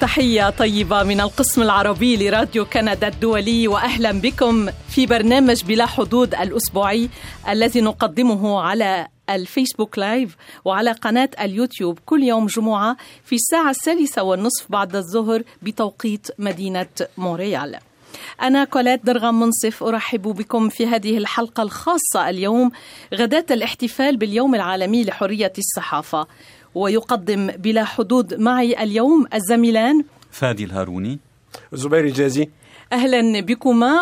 تحية طيبة من القسم العربي لراديو كندا الدولي، وأهلا بكم في برنامج بلا حدود الأسبوعي الذي نقدمه على الفيسبوك لايف وعلى قناة اليوتيوب كل يوم جمعة في الساعة 3:30 بعد الظهر بتوقيت مدينة مونريال. أنا كولات درغام منصف أرحب بكم في هذه الحلقة الخاصة اليوم غداة الاحتفال باليوم العالمي لحرية الصحافة. ويقدم بلا حدود معي اليوم الزميلان فادي الهاروني زبير الجازي. أهلا بكما.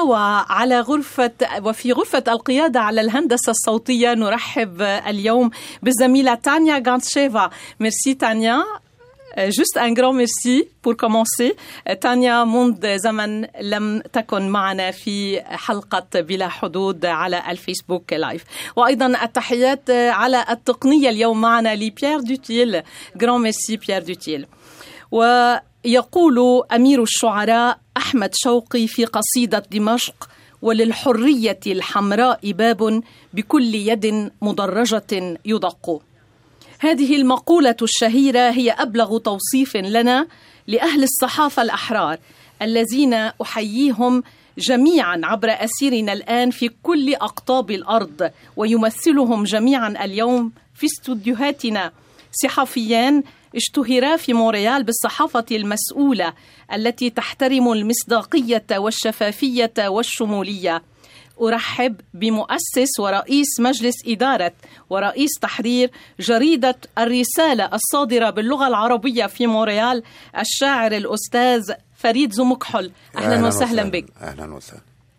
وفي غرفة القيادة على الهندسة الصوتية نرحب اليوم بالزميلة تانيا غانتشيفا. ميرسي تانيا. Juste un grand merci pour commencer. تانيا منذ زمن لم تكن معنا في حلقة بلا حدود على الفيسبوك لايف. وأيضا التحيات على التقنية اليوم معنا لبيير دوتيل. grand merci بيير دوتيل. ويقول أمير الشعراء أحمد شوقي في قصيدة دمشق: وللحرية الحمراء باب بكل يد مدرجة يدق. هذه المقولة الشهيرة هي أبلغ توصيف لنا لأهل الصحافة الأحرار الذين أحييهم جميعا عبر أسيرنا الآن في كل أقطاب الأرض، ويمثلهم جميعا اليوم في استوديوهاتنا صحفيان اشتهرا في مونريال بالصحافة المسؤولة التي تحترم المصداقية والشفافية والشمولية. أرحب بمؤسس ورئيس مجلس إدارة ورئيس تحرير جريدة الرسالة الصادرة باللغة العربية في مونريال، الشاعر الأستاذ فريد زمكحل. أهلا وسهلا بك. أهلا وسهلا.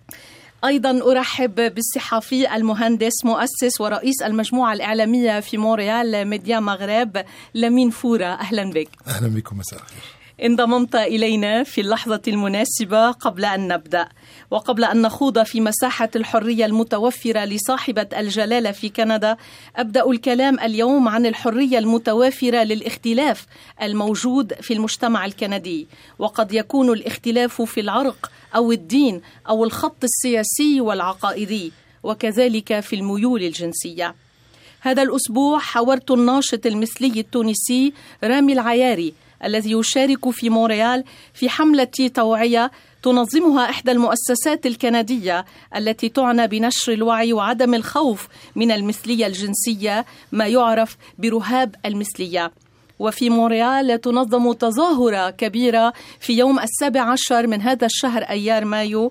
أيضا أرحب بالصحفي المهندس مؤسس ورئيس المجموعة الإعلامية في مونريال ميديا مغرب لمين فورة. أهلا بك. أهلا بكم، مساء الخير. انضممت إلينا في اللحظة المناسبة قبل أن نبدأ وقبل أن نخوض في مساحة الحرية المتوفرة لصاحبة الجلالة في كندا. أبدأ الكلام اليوم عن الحرية المتوافرة للاختلاف الموجود في المجتمع الكندي، وقد يكون الاختلاف في العرق أو الدين أو الخط السياسي والعقائدي، وكذلك في الميول الجنسية. هذا الأسبوع حاورت الناشط المثلي التونسي رامي العياري الذي يشارك في مونريال في حملة توعية تنظمها إحدى المؤسسات الكندية التي تعنى بنشر الوعي وعدم الخوف من المثلية الجنسية، ما يعرف برهاب المثلية. وفي مونريال تنظم تظاهرة كبيرة في يوم 17 من هذا الشهر أيار مايو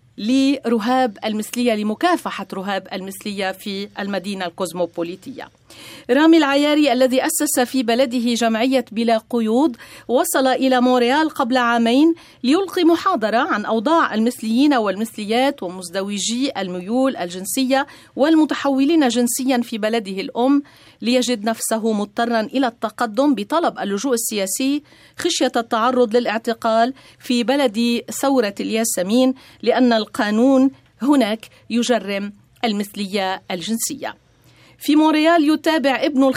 لرهاب المثلية، لمكافحة رهاب المثلية في المدينة الكوزموبوليتية. رامي العياري الذي أسس في بلده جمعية بلا قيود وصل إلى مونريال قبل عامين ليلقي محاضرة عن أوضاع المثليين والمثليات ومزدوجي الميول الجنسية والمتحولين جنسيا في بلده الأم، ليجد نفسه مضطرا إلى التقدم بطلب اللجوء السياسي خشية التعرض للاعتقال في بلد ثورة الياسمين، لأن القانون هناك يجرم المثلية الجنسية. في مونريال يتابع ابن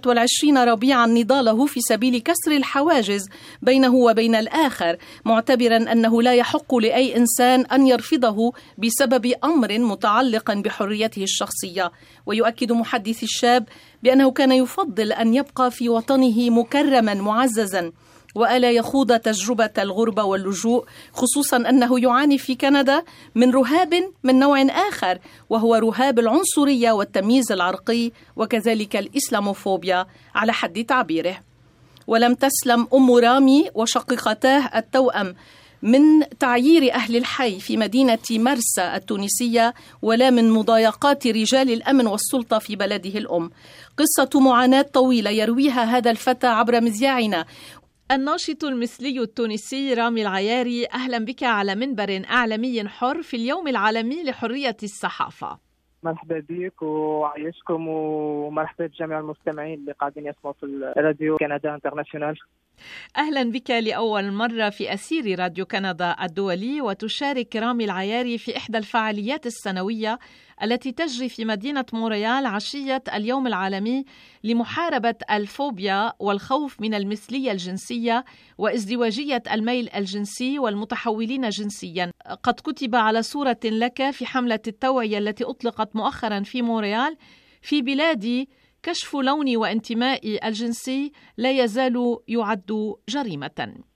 25 ربيعا نضاله في سبيل كسر الحواجز بينه وبين الآخر، معتبرا أنه لا يحق لأي إنسان أن يرفضه بسبب أمر متعلق بحريته الشخصية. ويؤكد محدث الشاب بأنه كان يفضل أن يبقى في وطنه مكرما معززا وألا يخوض تجربة الغربة واللجوء، خصوصا أنه يعاني في كندا من رهاب من نوع آخر، وهو رهاب العنصرية والتمييز العرقي وكذلك الإسلاموفوبيا على حد تعبيره. ولم تسلم أم رامي وشقيقتاه التوأم من تعيير أهل الحي في مدينة مرسى التونسية ولا من مضايقات رجال الأمن والسلطة في بلده الأم. قصة معاناة طويلة يرويها هذا الفتى عبر مذياعنا. الناشط المثلي التونسي رامي العياري، أهلا بك على منبر إعلامي حر في اليوم العالمي لحرية الصحافة. مرحبا بك وعيشكم، ومرحبا بجميع المستمعين اللي قاعدين يسمعوا في راديو كندا انترناشونال. أهلا بك لأول مرة في أسير راديو كندا الدولي، وتشارك رامي العياري في إحدى الفعاليات السنوية التي تجري في مدينة مونريال عشية اليوم العالمي لمحاربة الفوبيا والخوف من المثلية الجنسية وازدواجية الميل الجنسي والمتحولين جنسيا. قد كتب على صورة لك في حملة التوعية التي أطلقت مؤخرا في مونريال: في بلادي كشف لوني وانتمائي الجنسي لا يزال يعد جريمة.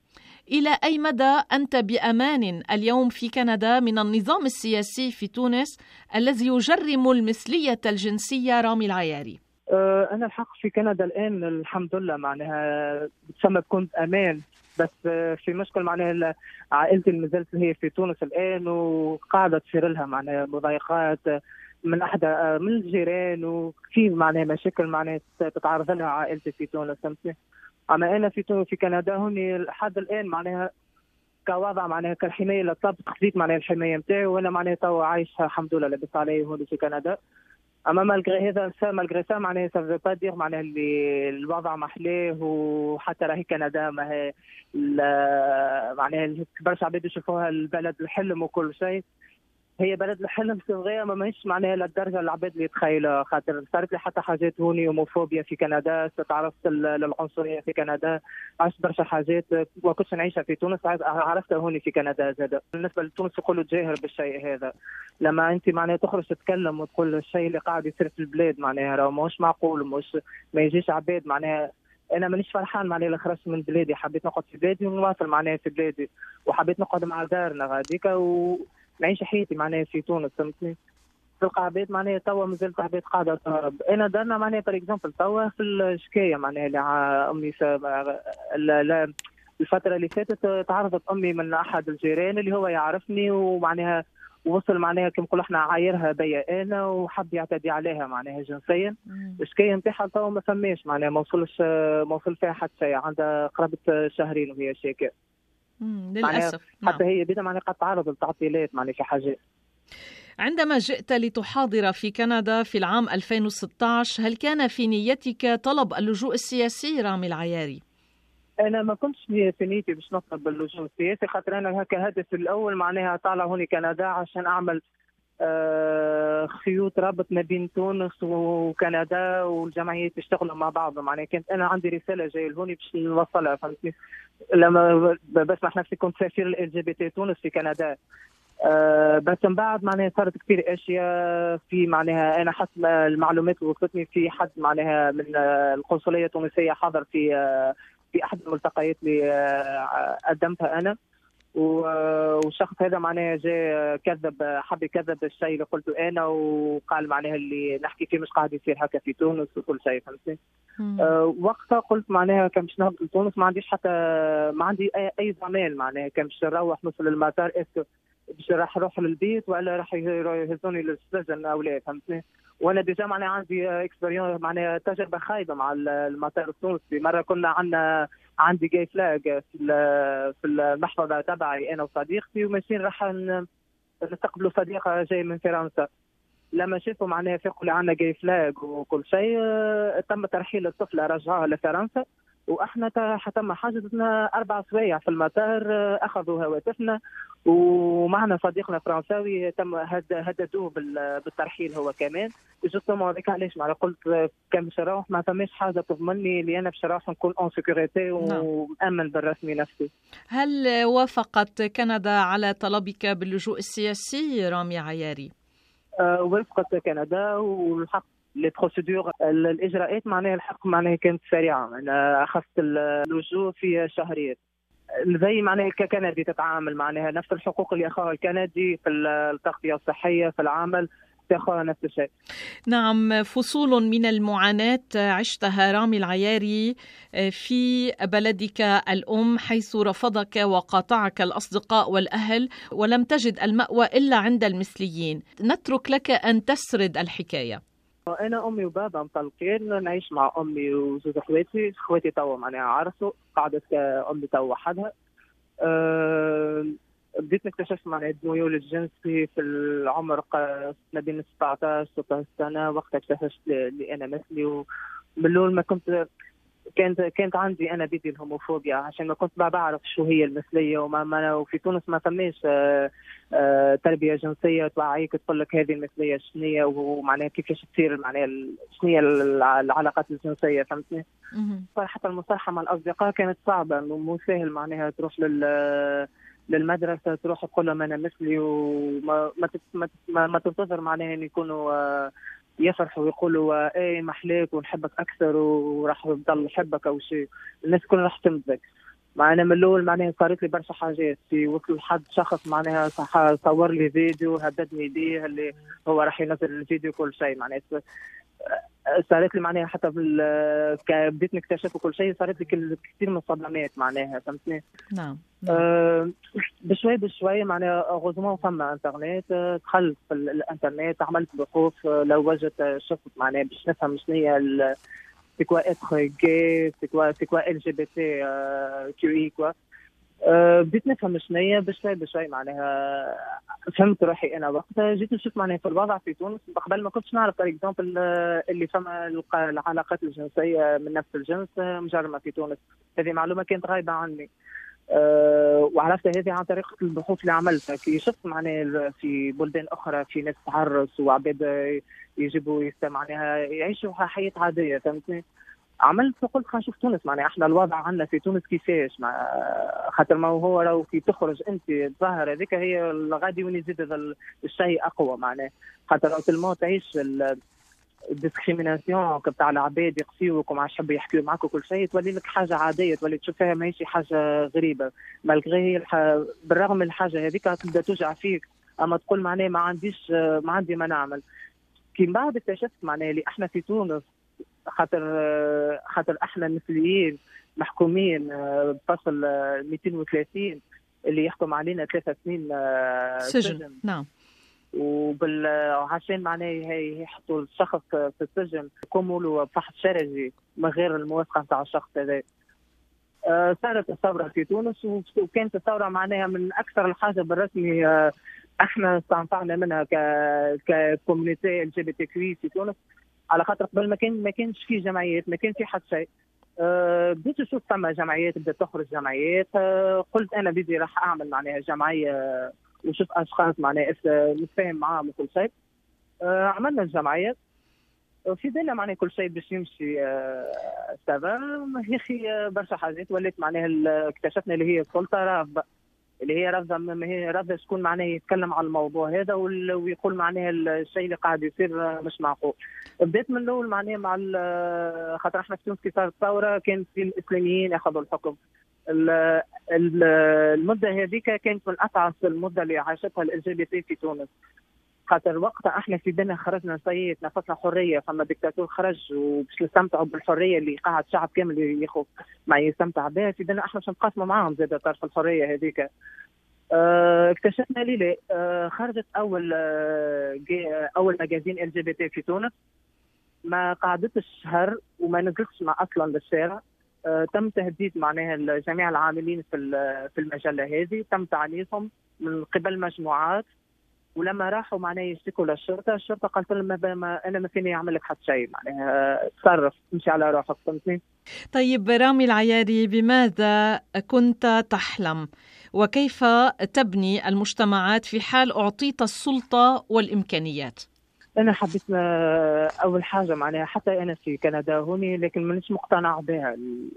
إلى أي مدى أنت بأمان اليوم في كندا من النظام السياسي في تونس الذي يجرم المثلية الجنسية رامي العياري؟ أنا الحق في كندا الآن الحمد لله معناها بتسمى تكون أمان، بس في مشكل معناها عائلتي المازالت هي في تونس الآن وقاعدة تصير لها معناها مضايقات من أحد من الجيران، وكثير معناها مشاكل معناها تتعرض لها عائلتي في تونس. أما أنا في كندا هوني لحد الآن معناها كوضع معناها كالحماية للطبق خذيت معناها الحماية نتاعي، وأنا معناها توا عايشة الحمد لله لاباس علي هوني في كندا. اما مالغري هذا مالغري سا معناها سا با دير معناها اللي الوضع محلاه، وحتى راهي كندا ما هي معناها برشا عباد يشوفوها البلد الحلم وكل شيء. هي بلد الحلم صغيره ما ماهيش معناها للدرجه العباد اللي يتخيلها، خاطر صارت لي حتى حاجات هوني هوموفوبيا في كندا، تعرضت للعنصريه في كندا، عشت برشا حاجات وكنتش نعيشها في تونس عرفتها هوني في كندا زاد. بالنسبه لتونس يقولوا تجاهر بالشيء هذا، لما انت معناها تخرج تتكلم وتقول الشيء اللي قاعد يصير في البلاد معناها راه ماهوش معقول، مش ما يجيش عباد معناها. انا مانيش فرحان معناها اللي خرجت من بلادي، حبيت نقعد في بلادي ونواصل معناها في بلادي، وحبيت نقعد مع دارنا غاديك نعيش حياتي معناها في تونس. فهمتني؟ تلقى عباد معناها توا مازالت عباد قاعده تهرب. انا دارنا معناها بار اكزومبل توا في الشكايه معناها اللي امي الفتره اللي فاتت تعرضت امي من احد الجيران اللي هو يعرفني، ومعناها وصل معناها كما نقولوا احنا عايرها بيا انا وحب يعتدي عليها معناها جنسيا. الشكايه نتاعها توا ما فماش معناها ما وصل فيها حتى شيء، عندها قرابه شهرين وهي شاكيه. للأسف. حتى هي بدها معناها قد تعرض للتعطيلات معناها في حاجات. عندما جئت لتحاضر في كندا في العام 2016 هل كان في نيتك طلب اللجوء السياسي رامي العياري؟ أنا ما كنتش في نيتي باش نطلب باللجوء السياسي، خاطر أنا هكا هدفي الأول معناها طالع هوني كندا عشان أعمل خيوط رابط ما بين تونس وكندا والجمعيات يشتغلوا مع بعض. معناها كانت أنا عندي رسالة جاية لهوني باش نوصلها، فهمتني؟ لما بسمح نفسي كنت سفير LGBT تونس في كندا. بس من بعد معناها صارت كثير اشياء في معناها انا حسب المعلومات اللي وصلتني في حد معناها من القنصليه التونسيه حضر في احد الملتقيات اللي قدمتها انا، والشخص هذا معناها جاء كذب، حب يكذب الشيء اللي قلته انا، وقال معناها اللي نحكي فيه مش قاعد يصير هكا في تونس وكل شيء. فهمتني؟ وقتها قلت معناها كان باش نهبط لتونس ما عندي اي ضمان معناها كان باش نروح نوصل للمطار باش راح نروح للبيت ولا راح يهزوني للسجن او لا. فهمتني؟ وانا ديجا معناها عندي اكسبيريونس معناها تجربه خايبه مع المطار التونسي. مره كنا عندي جاي فلاج في المحفظه تبعي انا وصديقتي، وماشيين راح نستقبلوا صديقه جاي من فرنسا. لما شافوا معناها فيقوا لي عندنا جاي فلاج وكل شيء، تم ترحيل الطفله رجعوها لفرنسا، واحنا تم حجزنا 4 سوايع في المطار، اخذوا هواتفنا، ومعنا صديقنا فرنساوي تم هددوه بالترحيل هو كمان. جوستومون هذاك علاش معناها قلت كان باش نروح ما فماش حاجه تضمني اللي انا باش نروح نكون اون سيكوريتي ومأمن بالرسمي نفسي. هل وافقت كندا على طلبك باللجوء السياسي رامي عياري؟ وافقت كندا، والحق لي بروسيدور الاجراءات معناها الحق معناها كانت سريعه. انا اخذت اللجوء في شهرين زي معناها ككندي تتعامل معناها نفس الحقوق اللي اخذها الكندي في التغطيه الصحيه في العمل تاخذها نفس الشيء. نعم، فصول من المعاناة عشتها رامي العياري في بلدك الأم، حيث رفضك وقاطعك الأصدقاء والأهل ولم تجد المأوى إلا عند المثليين. نترك لك أن تسرد الحكاية. أنا أمي وبابا مطلقين، نعيش مع أمي وزوج أخواتي توا معناها عرسوا، قعدت أمي توا وحدها. بديت نكتشف معناها التميول الجنسي في العمر ما بين 17 16 سنة، وقتها اكتشفت اللي أنا مثلي. ومن الأول ما كانت عندي انا بدي الهوموفوبيا، عشان ما كنت ما بعرف شو هي المثليه، وفي تونس ما فماش تربيه جنسيه توعيك تقول لك هذه المثليه شنية، ومعناها كيفاش تصير معناها شنية العلاقات الجنسيه. فهمتني؟ حتى المصالحه مع الاصدقاء كانت صعبه، مو سهل معناها تروح للمدرسه تروح تقول لهم انا مثلي، وما ما تنتظر معناها ان يكونوا يفرحوا ويقولوا محلاك ونحبك اكثر وراح نضل نحبك او شيء. الناس كلها راح تمزك. معنا من الاول معناها صارت لي برشا حاجات، في وصل لحد شخص معناها صور لي فيديو هددني بيه اللي هو راح ينزل الفيديو كل شيء. معناها صارت لي معناها حتى بديت نكتشف وكل شيء، صارت لي كثير من الصدمات معناها، فهمتني؟ نعم. بشوي بشوي معناها غوزمون فما انترنت، دخلت في الانترنت، عملت بحوث، لوجت شفت معناها باش نفهم شنو هي c'est quoi être gay, c'est quoi LGBT QI quoi. بديت نفهم شنو هي بشوي معناها فهمت روحي انا وقتها. جيت نشوف معناها في الوضع في تونس قبل ما كنتش نعرف باغ اكزومبل اللي فما العلاقات الجنسيه من نفس الجنس مجرمه في تونس. هذه معلومه كانت غايبه عني، وعرفت هذه عن طريق البحوث اللي عملتها. كي شفت معناها في بلدان اخرى في ناس تعرس وعباد يجيبوا معناها يعيشوا حياه عاديه، فهمتني؟ عملت قلت خلينا نشوف تونس معناها احنا الوضع عندنا في تونس كيفاش، خاطر ما هو لو كي تخرج انت الظاهره هذيك هي غادي يزيد هذا الشيء اقوى معناه، خاطر لو تلمو تعيش الديسكريميناسيون بتاع العباد يقسيوك وما عادش يحبوا يحكيوا معك وكل شيء، تولي لك حاجه عاديه، تولي تشوف فيها ماهيش حاجه غريبه. مالغري هي بالرغم من الحاجه هذيك تبدا توجع فيك، اما تقول معناه ما عندي ما نعمل. كي من بعد اكتشفت معناه اللي احنا في تونس خاطر احنا مثليين محكومين بفصل 230 اللي يحكم علينا 3 سنين سجن. نعم. عشان معناه يحطوا الشخص في السجن يقوموا فحص شرجي من غير الموافقه نتاع الشخص هذا. صارت الثوره في تونس، وكانت الثوره معناها من اكثر الحاجه بالرسمي احنا استنفعنا منها ككوميونيتي ال جي بي تي كوي في تونس، على خاطر قبل ما كانش في جمعيات، ما كان في حد شيء. بديت نشوف ثم جمعيات، بدات تخرج جمعيات. قلت انا بدي راح اعمل معناها جمعيه وشوف اشخاص معناها نتفاهم معاهم وكل شيء. عملنا الجمعيات في بالنا معناها كل شيء باش يمشي سافا. يا اخي برشا حاجات ولات معناها اكتشفنا اللي هي السلطه رافضه، اللي هي رافضه شكون معناه يتكلم على الموضوع هذا ويقول معناه الشيء اللي قاعد يصير مش معقول. بديت من الاول معناه مع خاطر احنا في تونس كي صارت الثوره كان في الاسلاميين ياخذوا الحكم. المده هذيك كانت من اصعب المده اللي عاشتها ال جي بي تي في تونس، خاطر وقتها احنا في بالنا خرجنا نصيت نفسنا حريه، فما ديكتاتور خرج وباش نستمتعوا بالحريه اللي قاعد شعب كامل ياخذ ما يستمتع بها، في بالنا احنا باش نقاسموا معاهم زاد طرف الحريه هذيك. اكتشفنا لي خرجت اول مجازين ال جي بي تي في تونس، ما قعدتش شهر وما نزلتش اصلا للشارع. تم تهديد معناها جميع العاملين في المجله هذه، تم تعنيفهم من قبل مجموعات، ولما راحوا معناه يشتكوا للشرطه، الشرطه قالت لهم انا ما فيني اعمل لك حتى شيء، معناها تصرف امشي على روحك، فهمتني؟ طيب رامي العياري، بماذا كنت تحلم وكيف تبني المجتمعات في حال اعطيت السلطه والامكانيات؟ انا حبيت اول حاجه معناها حتى انا في كندا هوني، لكن مانيش مقتنع بها،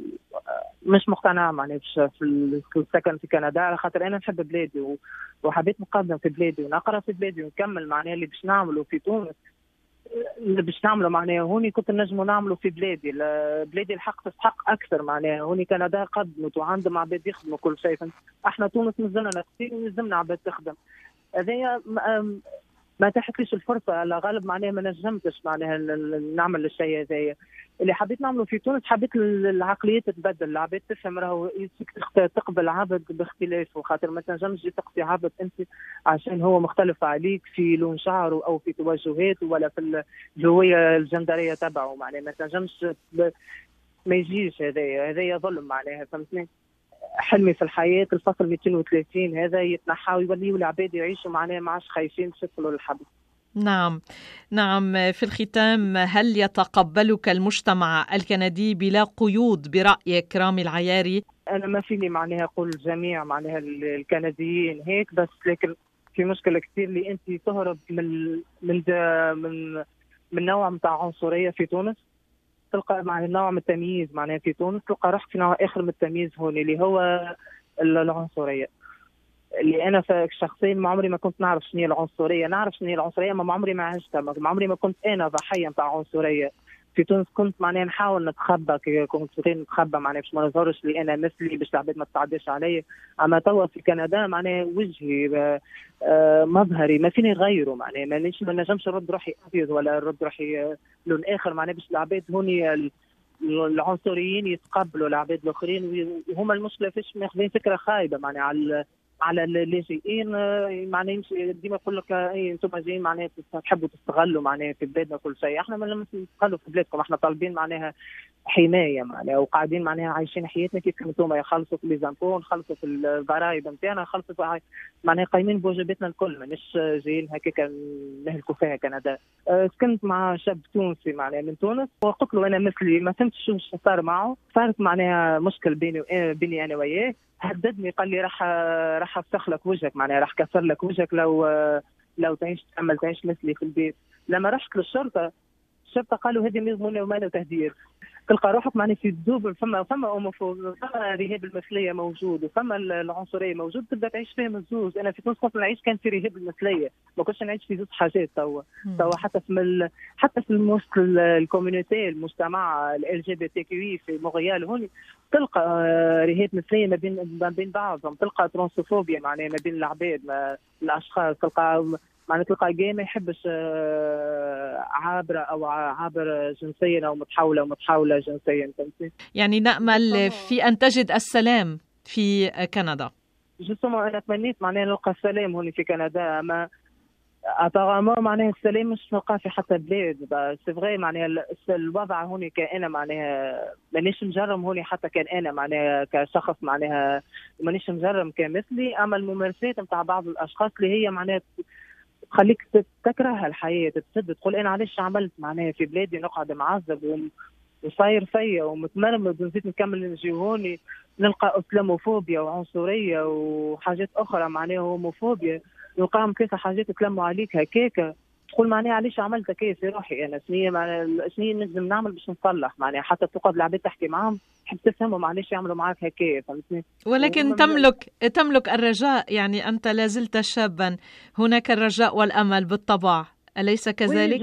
مش مقتنع معناها في السكن في كندا، على خاطر انا نحب بلادي وحبيت نقدم في بلادي ونقرا في بلادي ونكمل معناها اللي باش نعمله في تونس، اللي باش نعمله معناها هوني كنت نجموا نعمله في بلادي الحق تستحق اكثر. معناها هوني كندا قدمت وعندهم عباد يخدموا كل شيء، احنا تونس مازلنا ناقصين ولازمنا عباد تخدم. هذايا ما تحتليش الفرصه، على غالب معناها ما نجمتش معناها نعمل الشيء هذايا اللي حبيت نعمله في تونس. حبيت العقليات تتبدل، العباد تفهم راهو تقبل عبد باختلافه، خاطر ما تنجمش تقصي عبد انت عشان هو مختلف عليك في لون شعره او في توجهاته ولا في الهويه الجندريه تبعه، معناها ما تنجمش، ما يجيش. هذايا ظلم معناها، فهمتني؟ حلمي في الحياه الفصل 230 هذا يتنحى ويوليوا العباد يعيشوا معناها ما عادش خايفين باش يدخلوا للحبس. نعم. في الختام، هل يتقبلك المجتمع الكندي بلا قيود برأيك رامي العياري؟ أنا ما فيني معناها أقول جميع معناها الكنديين هيك، بس لكن في مشكلة كثير اللي أنت تهرب من نوع متاع عنصرية في تونس، تلقى مع نوع من التمييز معناها في تونس، تلقى روحك في نوع آخر من التمييز هون اللي هو العنصرية. اللي انا شخصيا ما عمري ما كنت نعرف شنو هي العنصريه، نعرف شنو هي العنصريه ما عمري ما عشتها، ما عمري ما كنت انا ضحيه نتاع عنصريه، في تونس كنت معناها نحاول نتخبى، كنت صغير نتخبى معناها باش ما نظهرش لي انا مثلي، باش العباد ما تتعداش علي. اما توا في كندا معناها وجهي مظهري ما فيني نغيره، معناها ما نجمش نرد روحي ابيض ولا نرد روحي لون اخر، معناها باش العباد هوني العنصريين يتقبلوا العباد الاخرين، وهما المشكله فيش ماخذين فكره خايبه معناها على اللاجئين. معناها يمشي ديما يقول لك انتم جايين معناها تحبوا تستغلوا معناها في بلادنا كل شيء. احنا ما نستغلوا في بلادكم، احنا طالبين معناها حمايه معناها، وقاعدين معناها عايشين حياتنا كيف انتم، يخلصوا في ليزامبو، نخلصوا في الضرائب نتاعنا، نخلصوا معناها قايمين بواجباتنا الكل، مانيش جايين هكاك نهلكوا فيها كندا. كنت مع شاب تونسي معناها من تونس، وقلت له انا مثلي ما فهمتش شو صار معه، صارت معناها مشكل بيني انا وياه، هددني قال لي راح افسخ لك وجهك، معناها راح كسر لك وجهك لو تعيش مثلي في البيت. لما رحت للشرطه، الشرطه قالوا هذه مضمونه وما له تهدير. تلقى روحك معناها في الدوب، فما اوموفوب، فما رهاب المثليه موجود، وفما العنصريه موجود، تبدا تعيش فيهم الزوج. انا في تونس كنت نعيش كان في رهاب المثليه، ما كنتش نعيش في زوج حاجات. توا حتى في وسط الكوميونيتي، المجتمع ال جي بي تي كيو في مونريال هون تلقى رهاب مثليه ما بين بعضهم، تلقى ترانسفوبيا معناها ما بين العباد الاشخاص، تلقى جاي ما يحبش عابرة أو عابر جنسيا أو متحولة جنسيا. يعني نأمل في أن تجد السلام في كندا. جسما أنا تمنيت معناها نلقى السلام هون في كندا، أما أبغى معناها السلام مش نلقاه في حتى بلاد. سي فغي معناها الوضع هون كأنا معناها مانيش مجرم هون، حتى كان أنا معناها كشخص معناها مانيش مجرم كمثلي. أما الممارسات نتاع بعض الأشخاص اللي هي معناها خليك تكره الحياة، تسد تقول أنا علاش عملت معناها في بلادي نقعد معذب وصاير فيا ومتمرمد، ونزيد نكمل نجي هوني نلقى اسلاموفوبيا وعنصرية وحاجات أخرى معناها هوموفوبيا، نلقاهم كيف حاجات يتلموا عليك هكاك، تقول معناها علاش عملت كيف في روحي أنا، شنية نجم نعمل باش نصلح معناها، حتى تقعد العباد تحكي معهم تحب تفهموا علاش يعملوا معاك هكاك، فهمتني؟ ولكن تملك الرجاء، يعني أنت لازلت شابا، هناك الرجاء والأمل بالطبع، أليس كذلك؟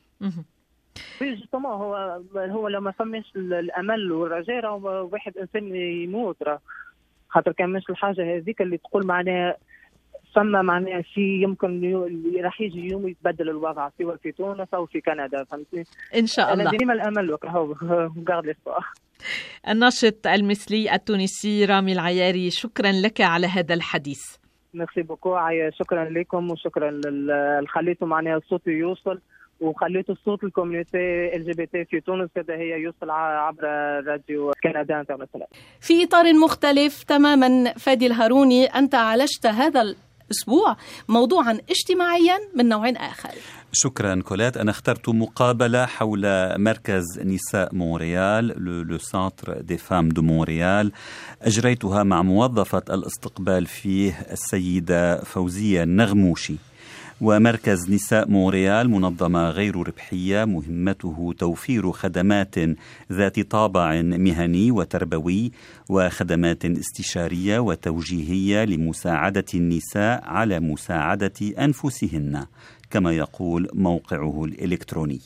جوستومون هو لو ما فماش الأمل والرجاء واحد إنسان يموت، خاطر كان مش الحاجة هذيك اللي تقول معناها ثم معناها شيء يمكن راح يجي يوم يتبدل الوضع سواء في تونس أو في كندا، فهمتني؟ إن شاء الله. أنا ديما الأمل وكهو غارد ليسبوار. الناشط المثلي التونسي رامي العياري، شكرا لك على هذا الحديث. ميرسي بوكو، شكرا لكم وشكرا خليتوا معناها الصوت يوصل، وخليتوا الصوت الكوميونيتي ال جي بي تي في تونس كذا هي يوصل عبر راديو كندا انترناسيونال. في إطار مختلف تماما، فادي الهاروني، أنت عالجت هذا الأسبوع موضوعا اجتماعيا من نوع آخر. شكرا كولات. أنا اخترت مقابلة حول مركز نساء مونريال، لو سنتر دي فام دو مونريال، أجريتها مع موظفة الاستقبال فيه السيدة فوزية النغموشي. ومركز نساء مونريال منظمة غير ربحية، مهمته توفير خدمات ذات طابع مهني وتربوي وخدمات استشارية وتوجيهية لمساعدة النساء على مساعدة أنفسهن، كما يقول موقعه الإلكتروني.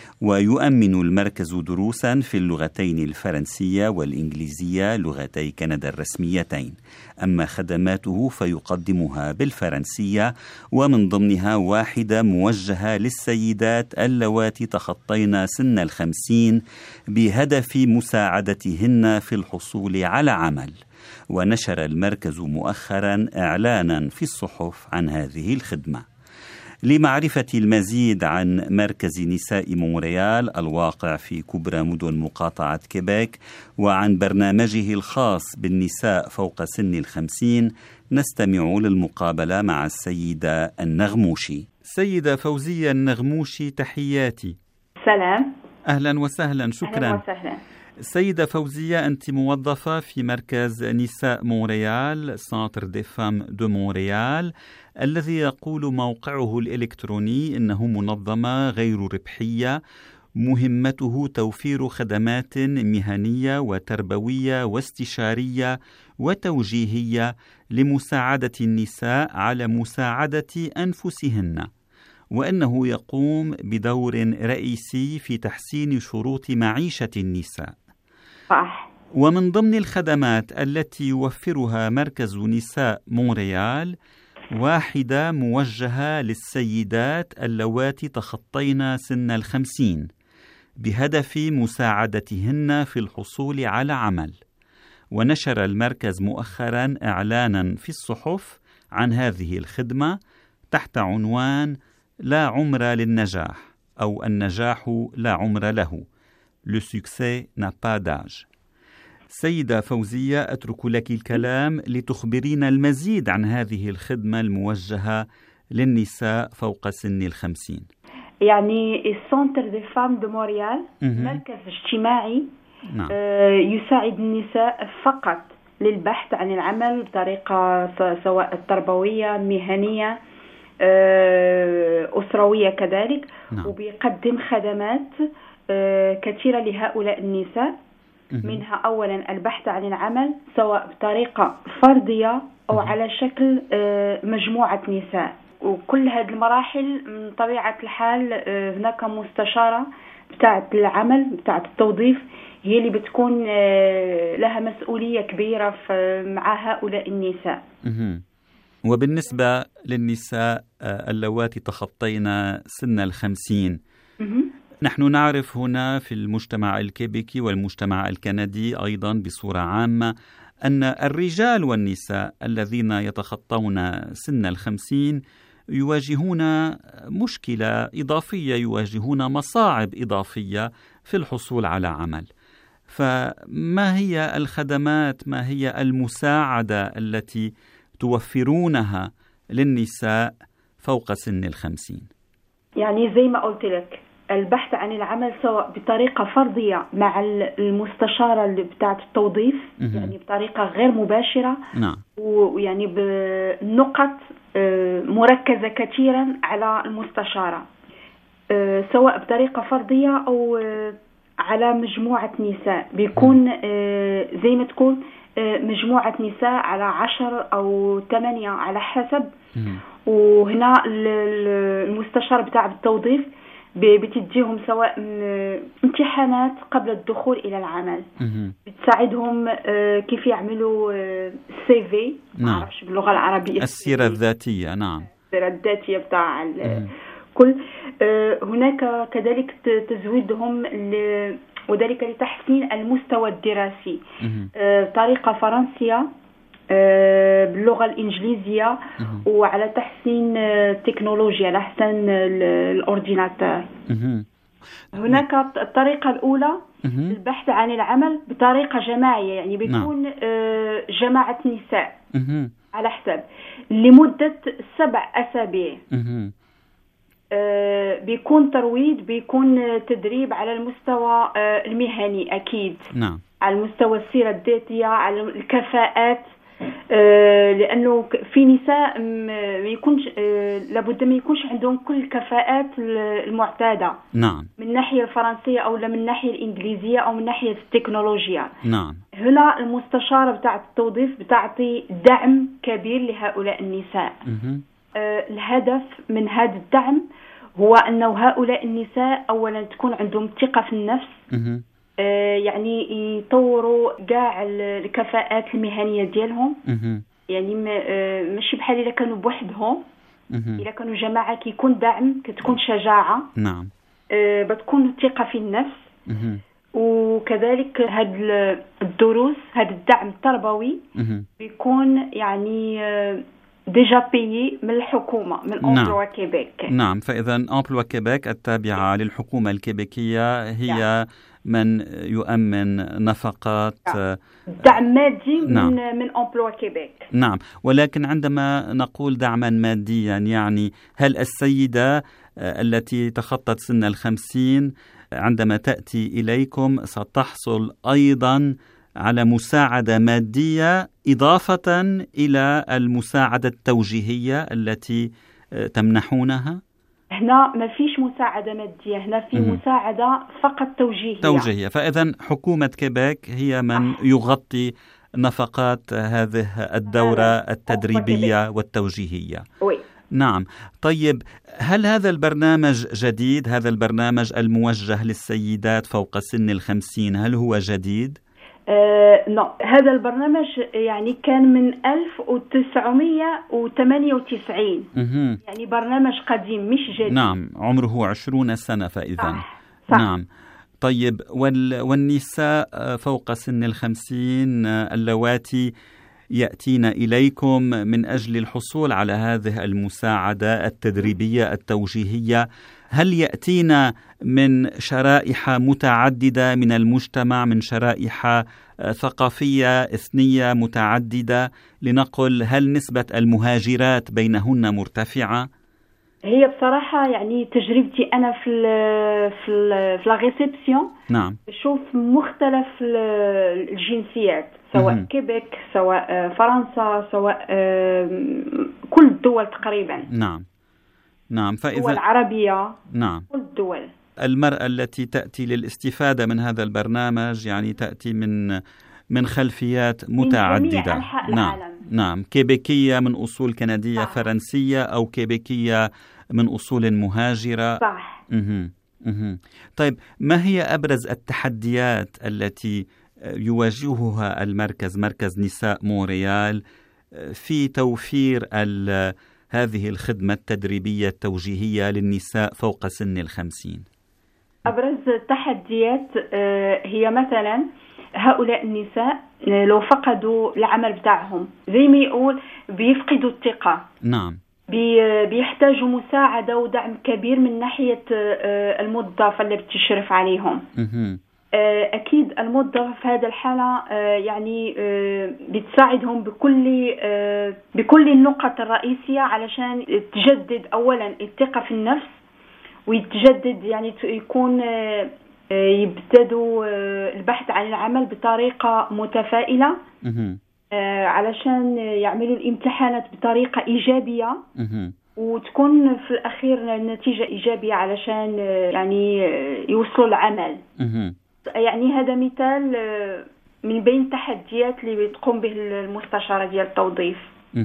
ويؤمن المركز دروسا في اللغتين الفرنسية والإنجليزية، لغتي كندا الرسميتين. أما خدماته فيقدمها بالفرنسية، ومن ضمنها واحدة موجهة للسيدات اللواتي تخطين سن 50 بهدف مساعدتهن في الحصول على عمل. ونشر المركز مؤخرا إعلانا في الصحف عن هذه الخدمة. لمعرفة المزيد عن مركز نساء مونريال الواقع في كبرى مدن مقاطعة كيبيك، وعن برنامجه الخاص بالنساء فوق سن 50، نستمع للمقابلة مع السيدة النغموشي. سيدة فوزية النغموشي، تحياتي. سلام. أهلا وسهلا. شكرا. أهلا وسهلا. السيدة فوزية، أنت موظفة في مركز نساء مونريال، سنتر دي فام دو مونريال، الذي يقول موقعه الإلكتروني إنه منظمة غير ربحية، مهمته توفير خدمات مهنية وتربوية واستشارية وتوجيهية لمساعدة النساء على مساعدة أنفسهن. وأنه يقوم بدور رئيسي في تحسين شروط معيشة النساء. صح. ومن ضمن الخدمات التي يوفرها مركز نساء مونريال واحدة موجهة للسيدات اللواتي تخطين سن 50 بهدف مساعدتهن في الحصول على عمل. ونشر المركز مؤخرا إعلانا في الصحف عن هذه الخدمة تحت عنوان لا عمر للنجاح، أو النجاح لا عمر له. Le succès n'a pas d'âge. سيدة فوزية، أترك لك الكلام لتخبرين المزيد عن هذه الخدمة الموجهة للنساء فوق سن 50. يعني السنتر دي فام دو مونريال مركز اجتماعي نعم. يساعد النساء فقط للبحث عن العمل بطريقة سواء تربوية، مهنية، أسروية كذلك. نعم. وبيقدم خدمات كثيرة لهؤلاء النساء، منها أولا البحث عن العمل سواء بطريقة فردية أو على شكل مجموعة نساء. وكل هذه المراحل من طبيعة الحال هناك مستشارة بتاعة العمل بتاعة التوظيف هي اللي بتكون لها مسؤولية كبيرة مع هؤلاء النساء. وبالنسبة للنساء اللواتي تخطين سن 50، نحن نعرف هنا في المجتمع الكيبيكي والمجتمع الكندي أيضا بصورة عامة أن الرجال والنساء الذين يتخطون سن 50 يواجهون مشكلة إضافية، يواجهون مصاعب إضافية في الحصول على عمل. فما هي الخدمات، ما هي المساعدة التي توفرونها للنساء فوق سن 50؟ يعني زي ما قلت لك، البحث عن العمل سواء بطريقة فردية مع المستشارة اللي بتاعة التوظيف، يعني بطريقة غير مباشرة. نعم. ويعني بنقط مركزة كثيرا على المستشارة، سواء بطريقة فردية أو على مجموعة نساء. بيكون زي ما تكون مجموعة نساء على 10 أو 8 على حسب. وهنا المستشار بتاع التوظيف بتديهم سواء امتحانات قبل الدخول إلى العمل، بتساعدهم كيف يعملوا CV، ما أعرفش باللغة العربية، السيرة الذاتية. نعم، السيرة الذاتية بتاع كل. هناك كذلك تزويدهم وذلك لتحسين المستوى الدراسي، طريقة فرنسية باللغة الإنجليزية، وعلى تحسين التكنولوجيا لحسن الأورديناتور. هناك الطريقة الأولى البحث عن العمل بطريقة جماعية، يعني بيكون جماعة نساء على حساب لمدة 7 أسابيع. بيكون ترويض، بيكون تدريب على المستوى المهني أكيد. نعم. على المستوى السيرة الذاتية، على الكفاءات، لأنه في نساء ما يكونش لابد ما يكونش عندهم كل الكفاءات المعتادة. نعم. من الناحية الفرنسية أو من الناحية الإنجليزية أو من ناحية التكنولوجيا. نعم. هنا المستشارة بتاعة التوظيف بتعطي دعم كبير لهؤلاء النساء. الهدف من هذا الدعم هو أنه هؤلاء النساء أولا تكون عندهم ثقة في النفس، يعني يطوروا كاع الكفاءات المهنية ديالهم. يعني ماشي بحال إذا كانوا بوحدهم، إذا كانوا جماعة كيكون دعم، كتكون شجاعة. نعم. بتكون ثقة في النفس. وكذلك هاد الدروس، هاد الدعم التربوي بيكون يعني ديجا بيي من الحكومة، من أمبلوا كيبيك. نعم. فإذا أمبلوا كيبيك التابعة للحكومة الكيبيكية هي من يؤمن نفقات دعم مادي من أمبلوا كيبيك. نعم. ولكن عندما نقول دعما ماديا، يعني هل السيدة التي تخطت سن 50 عندما تأتي إليكم ستحصل أيضا على مساعدة مادية إضافة إلى المساعدة التوجيهية التي تمنحونها؟ هنا ما فيش مساعدة مادية، هنا في مساعدة فقط توجيهية. فإذا حكومة كيبيك هي من يغطي نفقات هذه الدورة التدريبية والتوجيهية. نعم. طيب، هل هذا البرنامج جديد؟ هذا البرنامج الموجه للسيدات فوق سن 50 هل هو جديد؟ هذا البرنامج يعني كان من 1998. يعني برنامج قديم مش جديد. نعم، عمره 20 سنة فإذا. صح. نعم. طيب، والنساء فوق سن 50 اللواتي يأتين إليكم من أجل الحصول على هذه المساعدة التدريبية التوجيهية، هل يأتين من شرائح متعددة من المجتمع، من شرائح ثقافية إثنية متعددة؟ لنقل، هل نسبة المهاجرات بينهن مرتفعة؟ هي بصراحة يعني تجربتي أنا في لا ريسبسيون. نعم. بشوف مختلف الجنسيات، سواء كيبيك، سواء فرنسا، سواء كل الدول تقريبا. نعم. فإذا الدول العربية. نعم. كل الدول. المرأة التي تأتي للاستفادة من هذا البرنامج يعني تأتي من خلفيات متعددة. من جميع أنحاء العالم. نعم، كيبيكية من أصول كندية فرنسية، أو كيبيكية من أصول مهاجرة. صح. طيب، ما هي أبرز التحديات التي يواجهها مركز نساء مونريال في توفير هذه الخدمة التدريبية التوجيهية للنساء فوق سن 50؟ أبرز التحديات هي مثلا هؤلاء النساء لو فقدوا العمل بتاعهم، زي ما يقول بيفقدوا الثقة. نعم. بيحتاجوا مساعدة ودعم كبير من ناحية الموظفة اللي بتشرف عليهم. أكيد الموظف في هذا الحالة يعني بتساعدهم بكل النقط الرئيسية علشان تجدد أولا الثقة في النفس، ويتجدد يعني يكون يبتدوا البحث عن العمل بطريقة متفائلة، علشان يعملوا الامتحانات بطريقة إيجابية، وتكون في الأخير النتيجة إيجابية علشان يعني يوصلوا العمل. يعني هذا مثال من بين التحديات اللي بتقوم به المستشارة ديال التوظيف.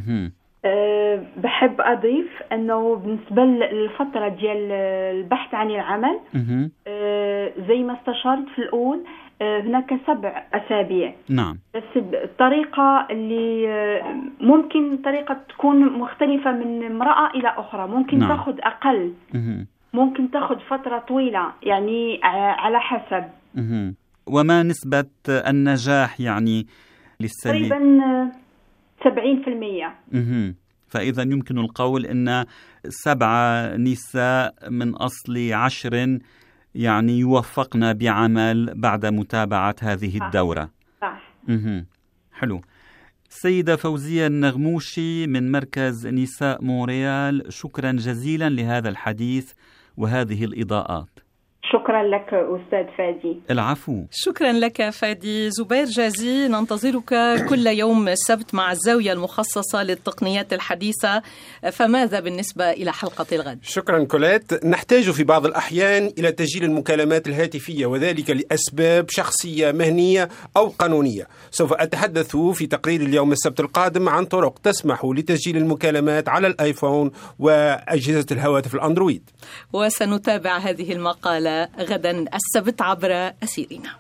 بحب أضيف أنه بالنسبة للفترة ديال البحث عن العمل، زي ما استشارت في الأول، هناك 7 أسابيع. نعم. بس الطريقة اللي ممكن طريقة تكون مختلفة من امرأة إلى أخرى، ممكن تأخذ أقل، ممكن تأخذ فترة طويلة، يعني على حسب. وما نسبة النجاح يعني للسيد؟ تقريبا 70%. فإذا يمكن القول أن 7 نساء من أصل 10 يعني يوفقن بعمل بعد متابعة هذه الدورة. صح. حلو. السيدة فوزية النغموشي من مركز نساء مونريال، شكرا جزيلا لهذا الحديث وهذه الإضاءات. شكرا لك أستاذ فادي. العفو. شكرا لك فادي. زبير جازي، ننتظرك كل يوم السبت مع الزاوية المخصصة للتقنيات الحديثة، فماذا بالنسبة إلى حلقة الغد؟ شكرا كوليت. نحتاج في بعض الأحيان إلى تسجيل المكالمات الهاتفية، وذلك لأسباب شخصية مهنية أو قانونية. سوف أتحدث في تقرير اليوم السبت القادم عن طرق تسمح لتسجيل المكالمات على الآيفون وأجهزة الهواتف الأندرويد. وسنتابع هذه المقالة غدا السبت عبر أثيرنا.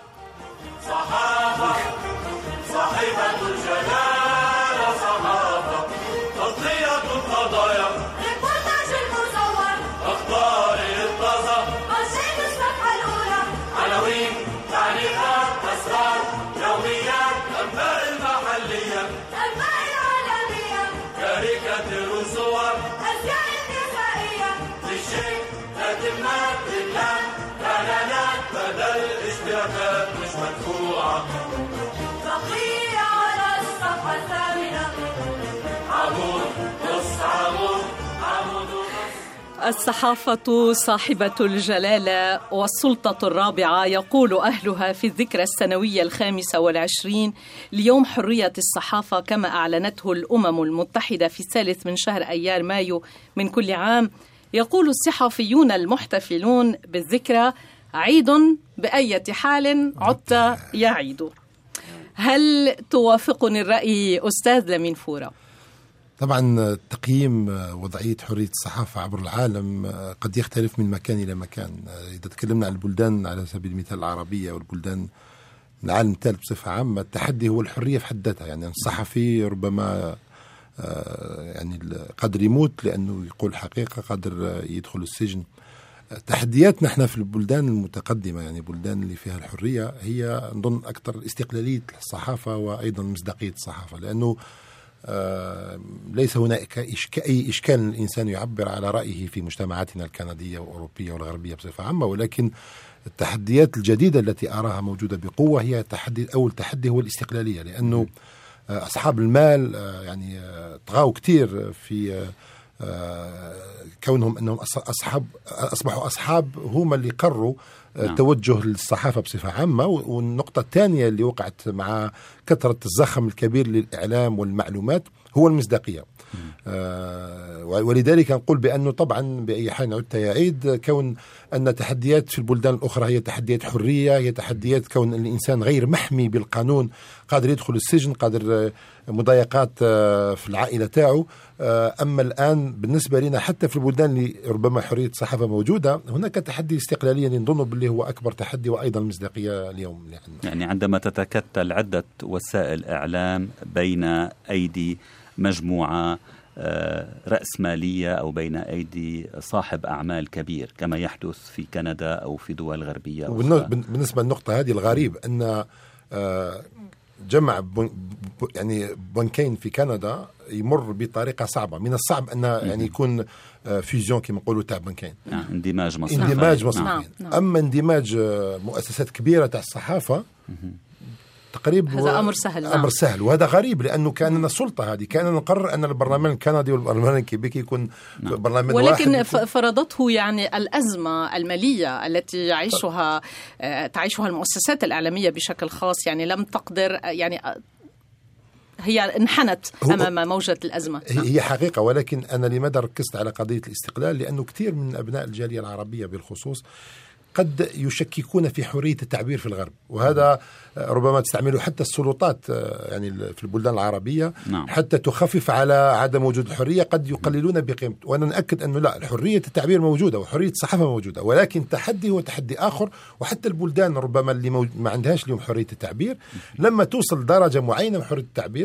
صحافة صاحبة الجلالة، صحافة تغطية القضايا، ريبورتاج المصور، أخبار الطازة، منشط الصفحة الأولى، عناوين، تعليقات، أسرار، يوميات، أنباء المحلية، أنباء العالمية، كاريكاتير وصور، أزياء نسائية، للشيء تتمات رجلان، إعلانات بدل اشتراكات مش مدفوعة، تغطية على الصفحة الثامنة، عمود نص عمود، عمود ونص. الصحافة صاحبة الجلالة والسلطة الرابعة، يقول أهلها في الذكرى السنوية 25 ليوم حرية الصحافة، كما أعلنته الأمم المتحدة في 3 من شهر أيار مايو من كل عام. يقول الصحفيون المحتفلون بالذكرى: عيد بأية حال عدت يا عيد. هل توافقني الرأي أستاذ لمين فورا؟ طبعا تقييم وضعية حرية الصحافة عبر العالم قد يختلف من مكان إلى مكان. إذا تكلمنا عن البلدان على سبيل المثال العربية والبلدان العالم الثالث بصفة عامة، التحدي هو الحرية في حد ذاتها. يعني الصحفي ربما يعني قادر يموت لأنه يقول حقيقة، قادر يدخل السجن. تحدياتنا احنا في البلدان المتقدمة، يعني البلدان اللي فيها الحرية، هي نظن أكثر استقلالية الصحافة وأيضا مصداقية الصحافة، لأنه ليس هناك أي إشكال الإنسان يعبر على رأيه في مجتمعاتنا الكندية والأوروبية والغربية بصفة عامة. ولكن التحديات الجديدة التي أراها موجودة بقوة هي أول تحدي هو الاستقلالية، لأنه أصحاب المال يعني طغوا كتير في كونهم أنهم أصبحوا أصحاب هم اللي قرروا توجه للصحافة بصفة عامة. والنقطة الثانية اللي وقعت مع كثرة الزخم الكبير للإعلام والمعلومات هو المصداقية. ولذلك نقول بأنه طبعا بأي حال نعود يعيد كون أن تحديات في البلدان الأخرى هي تحديات حرية، هي تحديات كون الإنسان غير محمي بالقانون، قادر يدخل السجن، قادر مضايقات في العائلة تاعه. أما الآن بالنسبة لنا حتى في البلدان اللي ربما حرية الصحافة موجودة، هناك تحدي استقلالية نظن باللي هو أكبر تحدي، وأيضا المصداقية اليوم. يعني عندما تتكتل عدة وسائل إعلام بين أيدي مجموعة رأسمالية أو بين أيدي صاحب أعمال كبير كما يحدث في كندا أو في دول غربية. بالنسبة للنقطة هذه الغريب أن جمع يعني بنكين في كندا يمر بطريقة صعبة. من الصعب أن يعني يكون فيزيون كما نقولوا تاع بنكين، اندماج مصرفي. أما اندماج مؤسسات كبيرة تاع الصحافة تقريبا هذا أمر سهل. وهذا غريب لأنه كان السلطة هذه كان نقرر أن البرلمان الكندي والبرلمان الكيبيكي يكون برلمان واحد. ولكن فرضته يعني الأزمة المالية التي تعيشها المؤسسات الإعلامية بشكل خاص، يعني لم تقدر، يعني هي انحنت أمام موجة الأزمة. هي حقيقة. ولكن أنا لماذا ركزت على قضية الاستقلال؟ لأنه كثير من أبناء الجالية العربية بالخصوص قد يشككون في حرية التعبير في الغرب، وهذا ربما تستعمله حتى السلطات يعني في البلدان العربية حتى تخفف على عدم وجود الحرية. قد يقللون بقيمته، وأنا نأكد أنه لا، حرية التعبير موجودة وحرية الصحافة موجودة، ولكن التحدي هو تحدي آخر. وحتى البلدان ربما اللي ما عندهاش اليوم حرية التعبير، لما توصل درجة معينة من حرية التعبير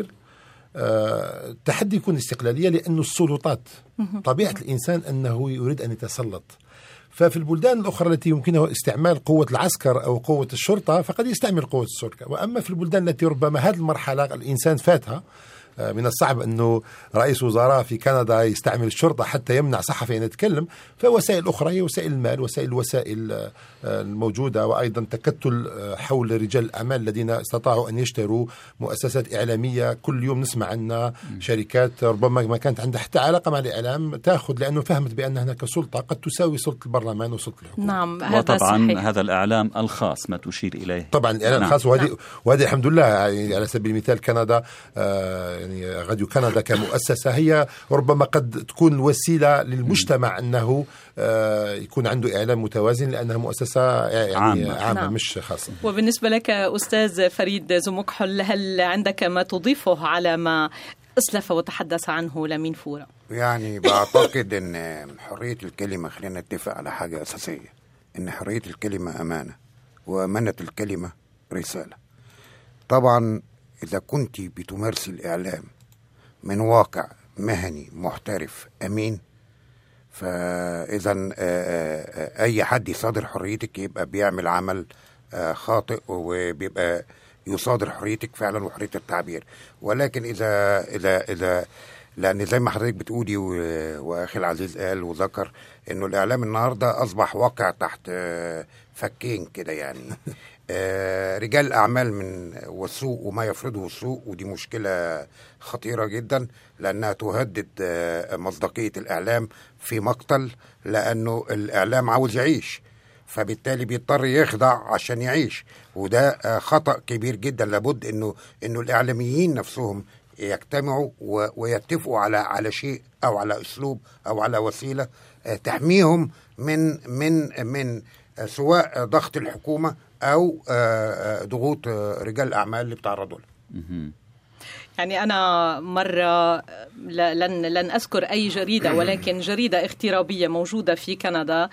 التحدي يكون استقلالية، لأنه السلطات طبيعة الإنسان أنه يريد أن يتسلط. ففي البلدان الأخرى التي يمكنه استعمال قوة العسكر أو قوة الشرطة فقد يستعمل قوة الشرطة. وأما في البلدان التي ربما هذه المرحلة الإنسان فاتها، من الصعب أنه رئيس وزراء في كندا يستعمل الشرطة حتى يمنع صحفي أن يتكلم. فوسائل أخرى هي وسائل المال، الوسائل الموجودة، وأيضا تكتل حول رجال الأعمال الذين استطاعوا أن يشتروا مؤسسات إعلامية. كل يوم نسمع عنا شركات ربما ما كانت عندها حتى علاقة مع الإعلام تأخذ، لأنه فهمت بأن هناك سلطة قد تساوي سلطة البرلمان وسلطة الحكومة. نعم، وطبعا صحيح. هذا الإعلام الخاص ما تشير إليه، طبعا الإعلام الخاص. وهذه الحمد لله. يعني على سبيل المثال كندا، يعني راديو كندا كمؤسسة هي ربما قد تكون وسيلة للمجتمع أنه يكون عنده إعلام متوازن، لأنها مؤسسة يعني عامة مش خاصة. وبالنسبة لك أستاذ فريد زمكحل، هل عندك ما تضيفه على ما أسلف وتحدث عنه لمين فورا؟ يعني بعتقد أن حرية الكلمة، خلينا نتفق على حاجة أساسية، أن حرية الكلمة أمانة، وأمانة الكلمة رسالة. طبعا إذا كنت بتمارس الإعلام من واقع مهني محترف أمين، فإذا أي حد يصادر حريتك يبقى بيعمل عمل خاطئ، وبيبقى يصادر حريتك فعلا وحرية التعبير. ولكن إذا لأن زي ما حضرتك بتقولي وأخي العزيز قال وذكر إنه الإعلام النهاردة أصبح واقع تحت فكين كده، يعني رجال الأعمال من والسوق وما يفرضه السوق، ودي مشكلة خطيرة جدا لأنها تهدد مصداقية الإعلام في مقتل، لأنه الإعلام عاوز يعيش، فبالتالي بيضطر يخضع عشان يعيش، وده خطأ كبير جدا. لابد إنه الإعلاميين نفسهم يجتمعوا ويتفقوا على شيء أو على أسلوب أو على وسيلة تحميهم من سواء ضغط الحكومة أو ضغوط رجال الأعمال اللي بتعرضوا له. يعني أنا مرة لن أذكر أي جريدة، ولكن جريدة اغترابية موجودة في كندا،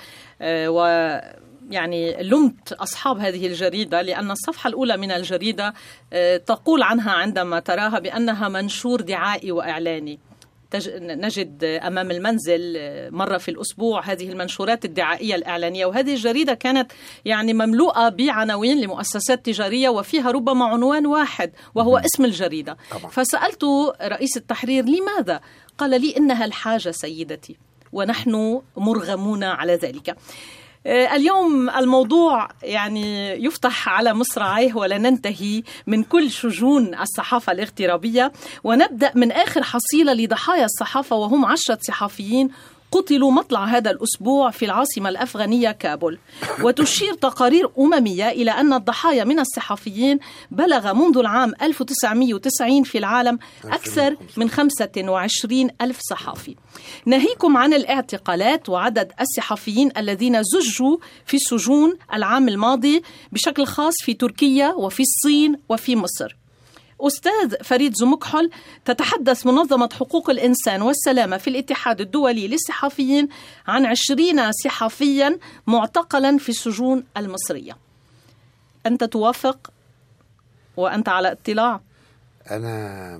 يعني لمت أصحاب هذه الجريدة لأن الصفحة الأولى من الجريدة تقول عنها عندما تراها بأنها منشور دعائي وإعلاني. نجد أمام المنزل مرة في الأسبوع هذه المنشورات الدعائية الإعلانية، وهذه الجريدة كانت يعني مملوءة بعناوين لمؤسسات تجارية وفيها ربما عنوان واحد وهو اسم الجريدة. فسألت رئيس التحرير لماذا؟ قال لي إنها الحاجة سيدتي ونحن مرغمون على ذلك. اليوم الموضوع يعني يفتح على مصراعيه ولا ننتهي من كل شجون الصحافة الاغترابية، ونبدأ من آخر حصيلة لضحايا الصحافة، وهم 10 صحفيين قتلوا مطلع هذا الأسبوع في العاصمة الأفغانية كابول. وتشير تقارير أممية إلى أن الضحايا من الصحفيين بلغ منذ العام 1990 في العالم أكثر من 25 ألف صحافي. ناهيكم عن الاعتقالات وعدد الصحفيين الذين زجوا في السجون العام الماضي بشكل خاص في تركيا وفي الصين وفي مصر. أستاذ فريد زمكحل، تتحدث منظمة حقوق الإنسان والسلامة في الاتحاد الدولي للصحفيين عن 20 صحفيا معتقلا في السجون المصرية. أنت توافق وأنت على اطلاع؟ أنا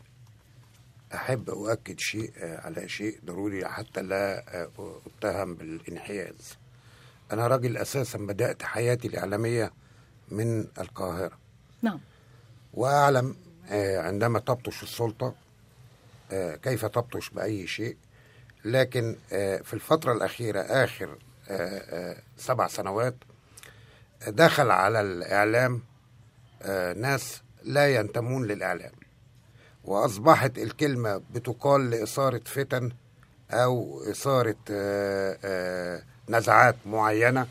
أحب أؤكد شيء على شيء ضروري حتى لا أتهم بالانحياز. أنا راجل أساسا بدأت حياتي الإعلامية من القاهرة. نعم. وأعلم عندما تبطش السلطة كيف تبطش بأي شيء، لكن في الفترة الأخيرة آخر 7 سنوات دخل على الإعلام ناس لا ينتمون للإعلام، وأصبحت الكلمة بتقال لإثارة فتن أو إثارة نزعات معينة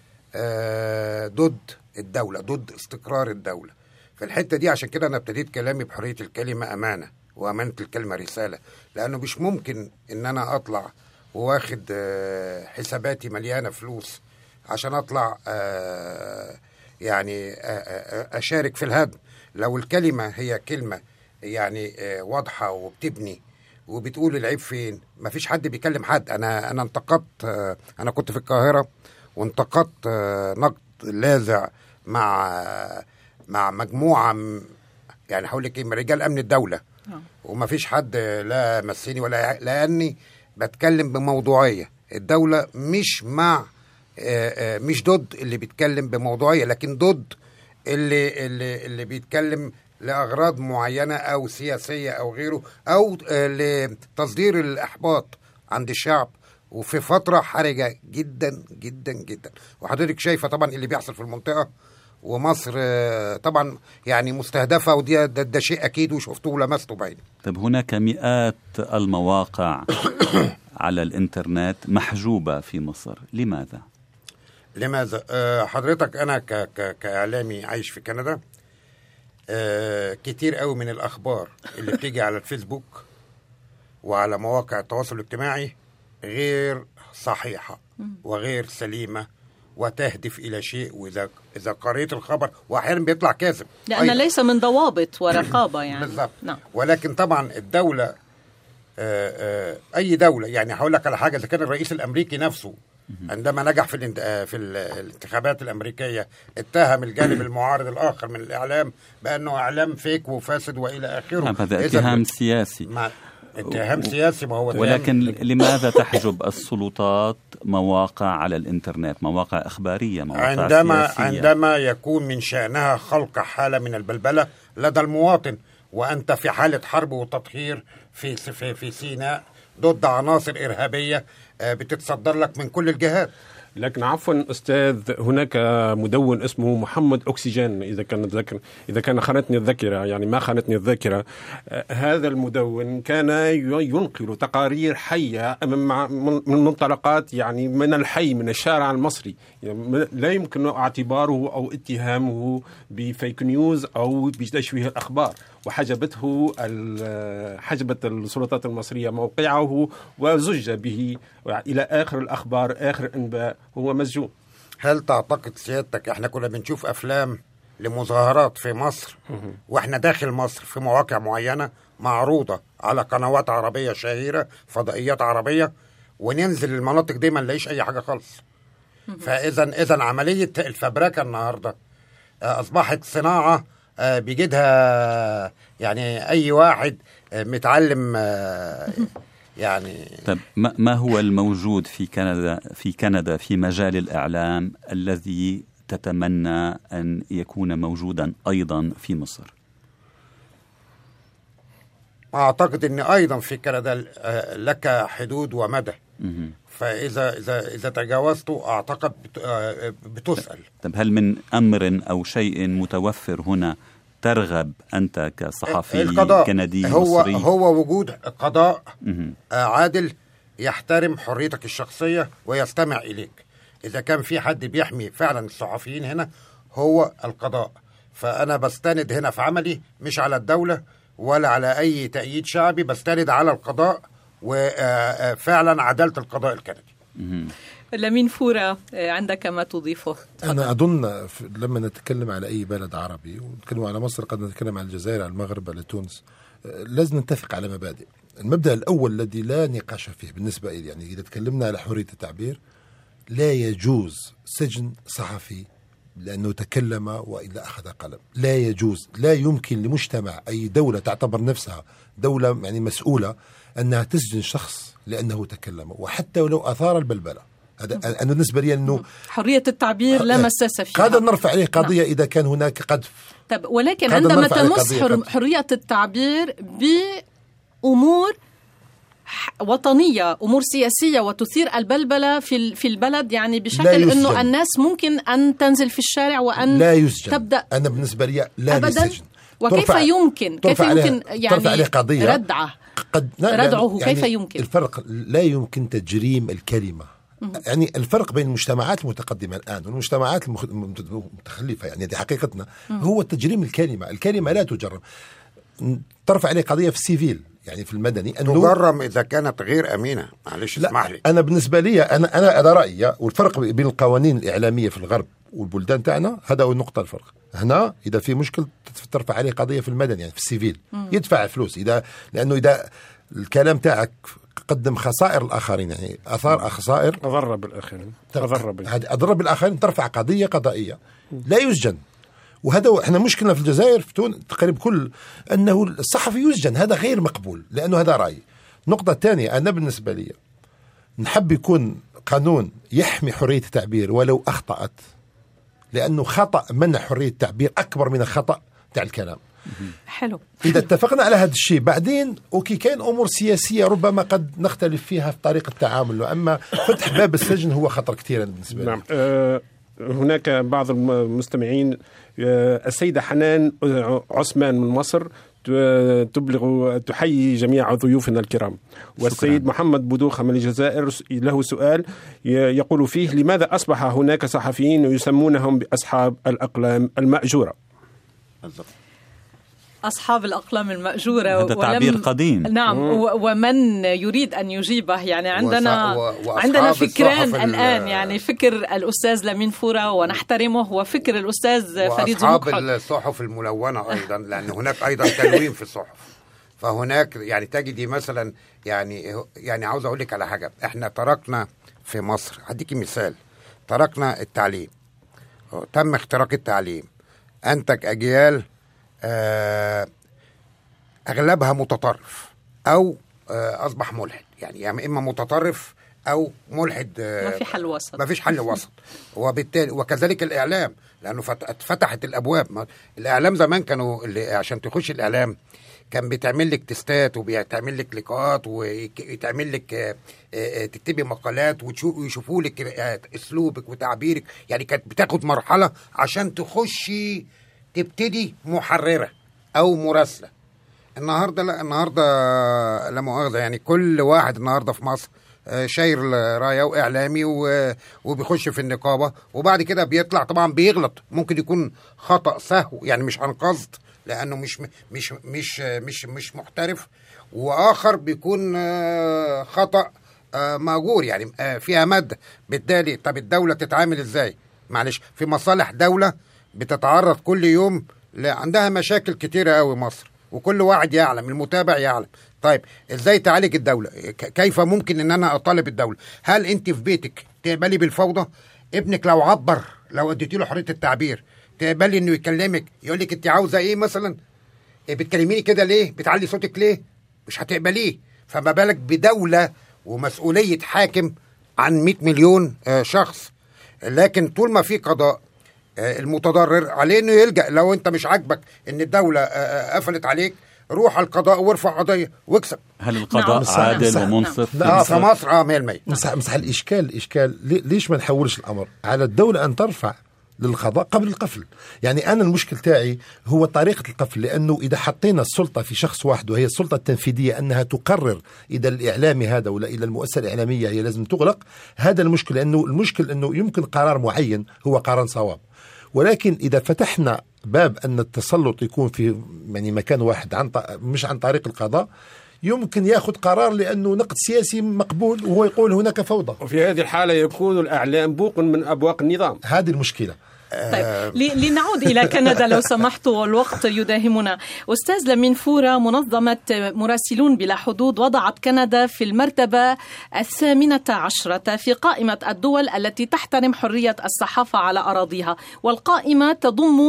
ضد الدولة، ضد استقرار الدولة. في الحتة دي عشان كده أنا ابتديت كلامي بحرية الكلمة أمانة، وأمانة الكلمة رسالة، لأنه مش ممكن إن أنا أطلع وواخد حساباتي مليانة فلوس عشان أطلع يعني أشارك في الهدم. لو الكلمة هي كلمة يعني واضحة وبتبني وبتقول العيب فين، مفيش حد بيكلم حد. أنا انتقدت، أنا كنت في القاهرة وانتقدت نقد لاذع مع مجموعة يعني هقول لك ايه، رجال امن الدولة، وما فيش حد لا مسني ولا، لاني بتكلم بموضوعية. الدولة مش مش ضد اللي بيتكلم بموضوعية، لكن ضد اللي بيتكلم لأغراض معينة أو سياسية أو غيره، أو لتصدير الإحباط عند الشعب، وفي فترة حرجة جدا جدا جدا. وحضرتك شايفة طبعا اللي بيحصل في المنطقة، ومصر طبعا يعني مستهدفة، ودي ده شيء أكيد وشفته ولمسته بعيني. طيب هناك مئات المواقع على الإنترنت محجوبة في مصر، لماذا؟ حضرتك أنا كإعلامي عايش في كندا، كتير قوي من الأخبار اللي بتيجي على الفيسبوك وعلى مواقع التواصل الاجتماعي غير صحيحة وغير سليمة وتهدف إلى شيء، وإذا قريت الخبر وأحيانا بيطلع كاذب، لأن ليس من ضوابط ورقابة يعني. بالضبط. نعم. ولكن طبعا الدولة أي دولة، يعني هقول لك على حاجة، إذا كان الرئيس الأمريكي نفسه عندما نجح في الانتخابات الأمريكية اتهم الجانب المعارض الآخر من الإعلام بأنه إعلام فيك وفاسد وإلى آخره. هذا اتهام سياسي. اتهام سياسي، ما هو ولكن لماذا تحجب السلطات مواقع على الإنترنت، مواقع إخبارية، مواقع سياسية؟ عندما يكون من شأنها خلق حالة من البلبلة لدى المواطن، وأنت في حالة حرب وتطهير في سيناء ضد عناصر إرهابية بتتصدر لك من كل الجهات. لكن عفوا أستاذ، هناك مدون اسمه محمد أكسجين، إذا كان خانتني الذاكرة، يعني ما خانتني الذاكرة، هذا المدون كان ينقل تقارير حية من منطلقات يعني من الحي، من الشارع المصري، يعني لا يمكن اعتباره أو اتهامه بفيك نيوز أو بتشويه الأخبار. وحجبت السلطات المصرية موقعه وزج به إلى آخر الأخبار، آخر أنباء، هو مسجون. هل تعتقد سيادتك، احنا كنا بنشوف أفلام لمظاهرات في مصر واحنا داخل مصر في مواقع معينة معروضة على قنوات عربية شهيرة، فضائيات عربية، وننزل المناطق دي ما نلاقيش اي حاجة خالص. فاذا عملية الفبركة النهاردة اصبحت صناعة بيجدها يعني اي واحد متعلم يعني. طيب ما هو الموجود في كندا في مجال الإعلام الذي تتمنى أن يكون موجودا أيضا في مصر؟ أعتقد أن أيضا في كندا لك حدود ومدى، فإذا تجاوزته أعتقد بتسأل. طيب هل من أمر أو شيء متوفر هنا ترغب أنت كصحفي كندي مصري؟ هو وجود قضاء عادل يحترم حريتك الشخصية ويستمع إليك. إذا كان في حد بيحمي فعلا الصحفيين هنا هو القضاء. فأنا بستند هنا في عملي مش على الدولة ولا على أي تأييد شعبي، بستند على القضاء وفعلا عدالة القضاء الكندي. لمين فورة عندك ما تضيفه؟ أنا أظن لما نتكلم على أي بلد عربي ونتكلم على مصر، قد نتكلم على الجزائر، على المغرب، على تونس، لازم نتفق على مبادئ. المبدأ الأول الذي لا نقاش فيه بالنسبة لي، يعني إذا تكلمنا على حرية التعبير، لا يجوز سجن صحفي لأنه تكلم وإلا أخذ قلم. لا يجوز، لا يمكن لمجتمع أي دولة تعتبر نفسها دولة يعني مسؤولة أنها تسجن شخص لأنه تكلم، وحتى ولو أثار البلبلة. هذا أنا بالنسبة لي أنه حرية التعبير لا مساس فيها. قادر نرفع عليه قضية إذا كان هناك قذف. طب ولكن عندما تمس حرية التعبير بأمور وطنية، أمور سياسية، وتثير البلبلة في البلد، يعني بشكل أنه الناس ممكن أن تنزل في الشارع وأن لا يسجن. تبدأ. أنا بالنسبة لي لا يسجن. وكيف يمكن يعني قضية ردعه يعني كيف يمكن؟ الفرق لا يمكن تجريم الكلمة. يعني الفرق بين المجتمعات المتقدمة الآن والمجتمعات المتخلفة، يعني هذه حقيقتنا، هو تجريم الكلمة. الكلمة لا تجرم. ترفع عليه قضية في السيفيل، يعني في المدني تجرم إذا كانت غير أمينة. معلش اسمح لي، أنا بالنسبة لي أنا هذا رأيي. والفرق بين القوانين الإعلامية في الغرب والبلدان تاعنا، هذا هو النقطة الفرق. هنا إذا في مشكل ترفع عليه قضية في المدني، يعني في السيفيل، يدفع فلوس لأنه إذا الكلام تاعك قدم خسائر الآخرين، يعني أثار خسائر، أضر بالآخرين، أضر بالآخرين، ترفع قضية قضائية، لا يسجن. وهذا احنا مشكلة في الجزائر في تونس تقريبا كل أنه الصحفي يسجن. هذا غير مقبول، لأنه هذا رأي. نقطة ثانية، أنا بالنسبة لي نحب يكون قانون يحمي حرية التعبير ولو أخطأت، لأنه خطأ منع حرية التعبير أكبر من الخطأ تاع الكلام. حلو. إذا اتفقنا على هذا الشيء بعدين أوكي، كان أمور سياسية ربما قد نختلف فيها في طريقة التعامل، أما فتح باب السجن هو خطر كثيرا بالنسبة لي. نعم. هناك بعض المستمعين، السيدة حنان عثمان من مصر تحيي جميع ضيوفنا الكرام. والسيد محمد بودوخة من الجزائر له سؤال يقول فيه: لماذا أصبح هناك صحفيين يسمونهم بأصحاب الأقلام المأجورة؟ أصحاب الأقلام المأجورة، هذا تعبير قديم. نعم. ومن يريد أن يجيبه، يعني عندنا فكران الآن، يعني فكر الأستاذ لمين فورة ونحترمه، وفكر الأستاذ فريد زموكحل. وأصحاب الصحف الملونة أيضا، لأن هناك أيضا تلوين في الصحف. فهناك يعني تجدي مثلا يعني عاوز أقول لك على حاجة. احنا تركنا في مصر، هديكي مثال، تركنا التعليم، تم اختراق التعليم، أنتج أجيال أغلبها متطرف أو أصبح ملحد، يعني إما متطرف أو ملحد. ما في حل وسط، ما فيش حل وسط. وبالتالي وكذلك الإعلام، لأنه فتحت الأبواب. الإعلام زمان كانوا عشان تخش الإعلام كان بتعمل لك تستات وبيعمل لك لقاءات ويتعمل لك تكتبي مقالات ويشوفوا لك أسلوبك وتعبيرك، يعني كانت بتاخد مرحلة عشان تخشي تبتدي محررة أو مراسلة. النهاردة لا، النهاردة لا مؤاخذة، يعني كل واحد النهاردة في مصر شاير راية وإعلامي وبيخش في النقابة، وبعد كده بيطلع طبعا بيغلط، ممكن يكون خطأ سهو، يعني مش عن قصد لأنه مش محترف، وآخر بيكون خطأ مأجور، يعني فيها مادة. بالتالي طب الدولة تتعامل إزاي؟ معلش، في مصالح دولة بتتعرض كل يوم عندها مشاكل كتيرة قوي مصر، وكل واحد يعلم، المتابع يعلم. طيب ازاي تعالج الدولة؟ كيف ممكن ان انا اطالب الدولة؟ هل انت في بيتك تقبلي بالفوضى؟ ابنك لو عبر، لو اديتي له حرية التعبير، تقبلي انه يكلمك يقول لك انت عاوزة ايه مثلا؟ بتكلميني كده ليه؟ بتعلي صوتك ليه؟ مش هتقبليه. فما بالك بدولة ومسؤولية حاكم عن 100 مليون شخص. لكن طول ما في قضاء، المتضرر عليه انه يلجأ. لو انت مش عاجبك ان الدولة قفلت عليك، روح على القضاء وارفع قضية واكسب. هل القضاء عادل ومنصف؟ في مصر 100%. مسح الإشكال ليش ما نحولش الأمر على الدولة أن ترفع للقضاء قبل القفل؟ يعني أنا المشكل تاعي هو طريقة القفل، لأنه إذا حطينا السلطة في شخص واحد وهي السلطة التنفيذية أنها تقرر إذا الإعلامي هذا ولا إذا المؤسسة الإعلامية هي لازم تغلق، هذا المشكل. لأنه المشكل أنه يمكن قرار معين هو قرار صواب، ولكن إذا فتحنا باب أن التسلط يكون في يعني مكان واحد مش عن طريق القضاء، يمكن يأخذ قرار لأنه نقد سياسي مقبول وهو يقول هناك فوضى، وفي هذه الحالة يكون الإعلام بوق من أبواق النظام. هذه المشكلة. طيب لنعود إلى كندا لو سمحتوا، والوقت يداهمنا. أستاذ لمين فورة، منظمة مراسلون بلا حدود وضعت كندا في المرتبة 18 في قائمة الدول التي تحترم حرية الصحافة على أراضيها، والقائمة تضم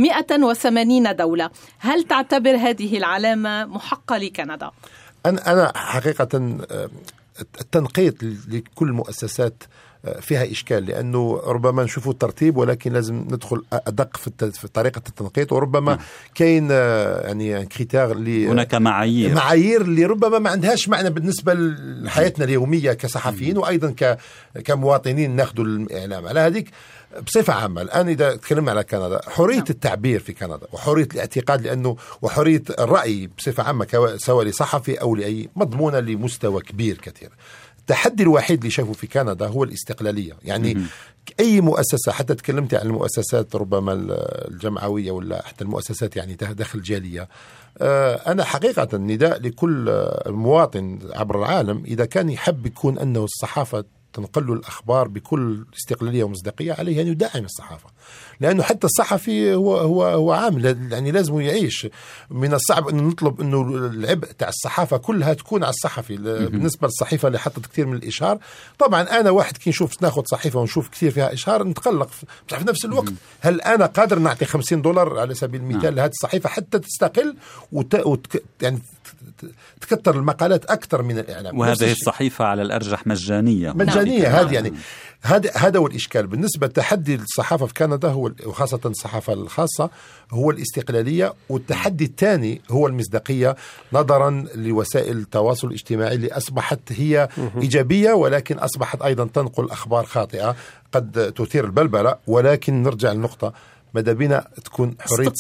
180 دولة. هل تعتبر هذه العلامة محقة لكندا؟ أنا حقيقة التنقيط لكل المؤسسات فيها إشكال، لأنه ربما نشوفوا الترتيب ولكن لازم ندخل أدق في طريقة التنقيط، وربما كاين يعني كريتير هناك معايير اللي ربما ما عندهاش معنى بالنسبة لحياتنا اليومية كصحفيين وأيضا كمواطنين ناخذوا الإعلام على هذيك. بصفة عامة الآن إذا تكلمنا على كندا، حرية التعبير في كندا وحرية الاعتقاد لأنه وحرية الرأي بصفة عامة سواء لصحفي أو لأي مضمونة لمستوى كبير كثير. التحدي الوحيد اللي شافه في كندا هو الاستقلالية. يعني أي مؤسسة، حتى تكلمت عن المؤسسات ربما الجمعوية ولا حتى المؤسسات يعني داخل الجالية، أنا حقيقة نداء لكل مواطن عبر العالم إذا كان يحب يكون أنه الصحافة تنقل له الأخبار بكل استقلالية ومصداقية، عليه أن يدعم الصحافة، لأنه حتى الصحفي هو عامل يعني لازم يعيش. من الصعب أن نطلب أنه العبء تاع الصحافة كلها تكون على الصحفي. بالنسبة للصحيفة اللي حطت كثير من الإشهار، طبعا أنا واحد كي نشوف ناخذ صحيفة ونشوف كثير فيها إشهار نتقلق، بس في نفس الوقت هل أنا قادر نعطي $50 على سبيل المثال لهذه الصحيفة حتى تستقل يعني تكثر المقالات أكثر من الإعلام؟ وهذه الصحيفة على الأرجح مجانية. هذه يعني هذا هو الإشكال. بالنسبة لتحدي الصحافة في كندا هو وخاصة الصحافة الخاصة هو الاستقلالية، والتحدي الثاني هو المصداقية نظرا لوسائل التواصل الاجتماعي اللي أصبحت هي إيجابية ولكن أصبحت أيضا تنقل أخبار خاطئة قد تثير البلبلة. ولكن نرجع للنقطة، ماذا بنا تكون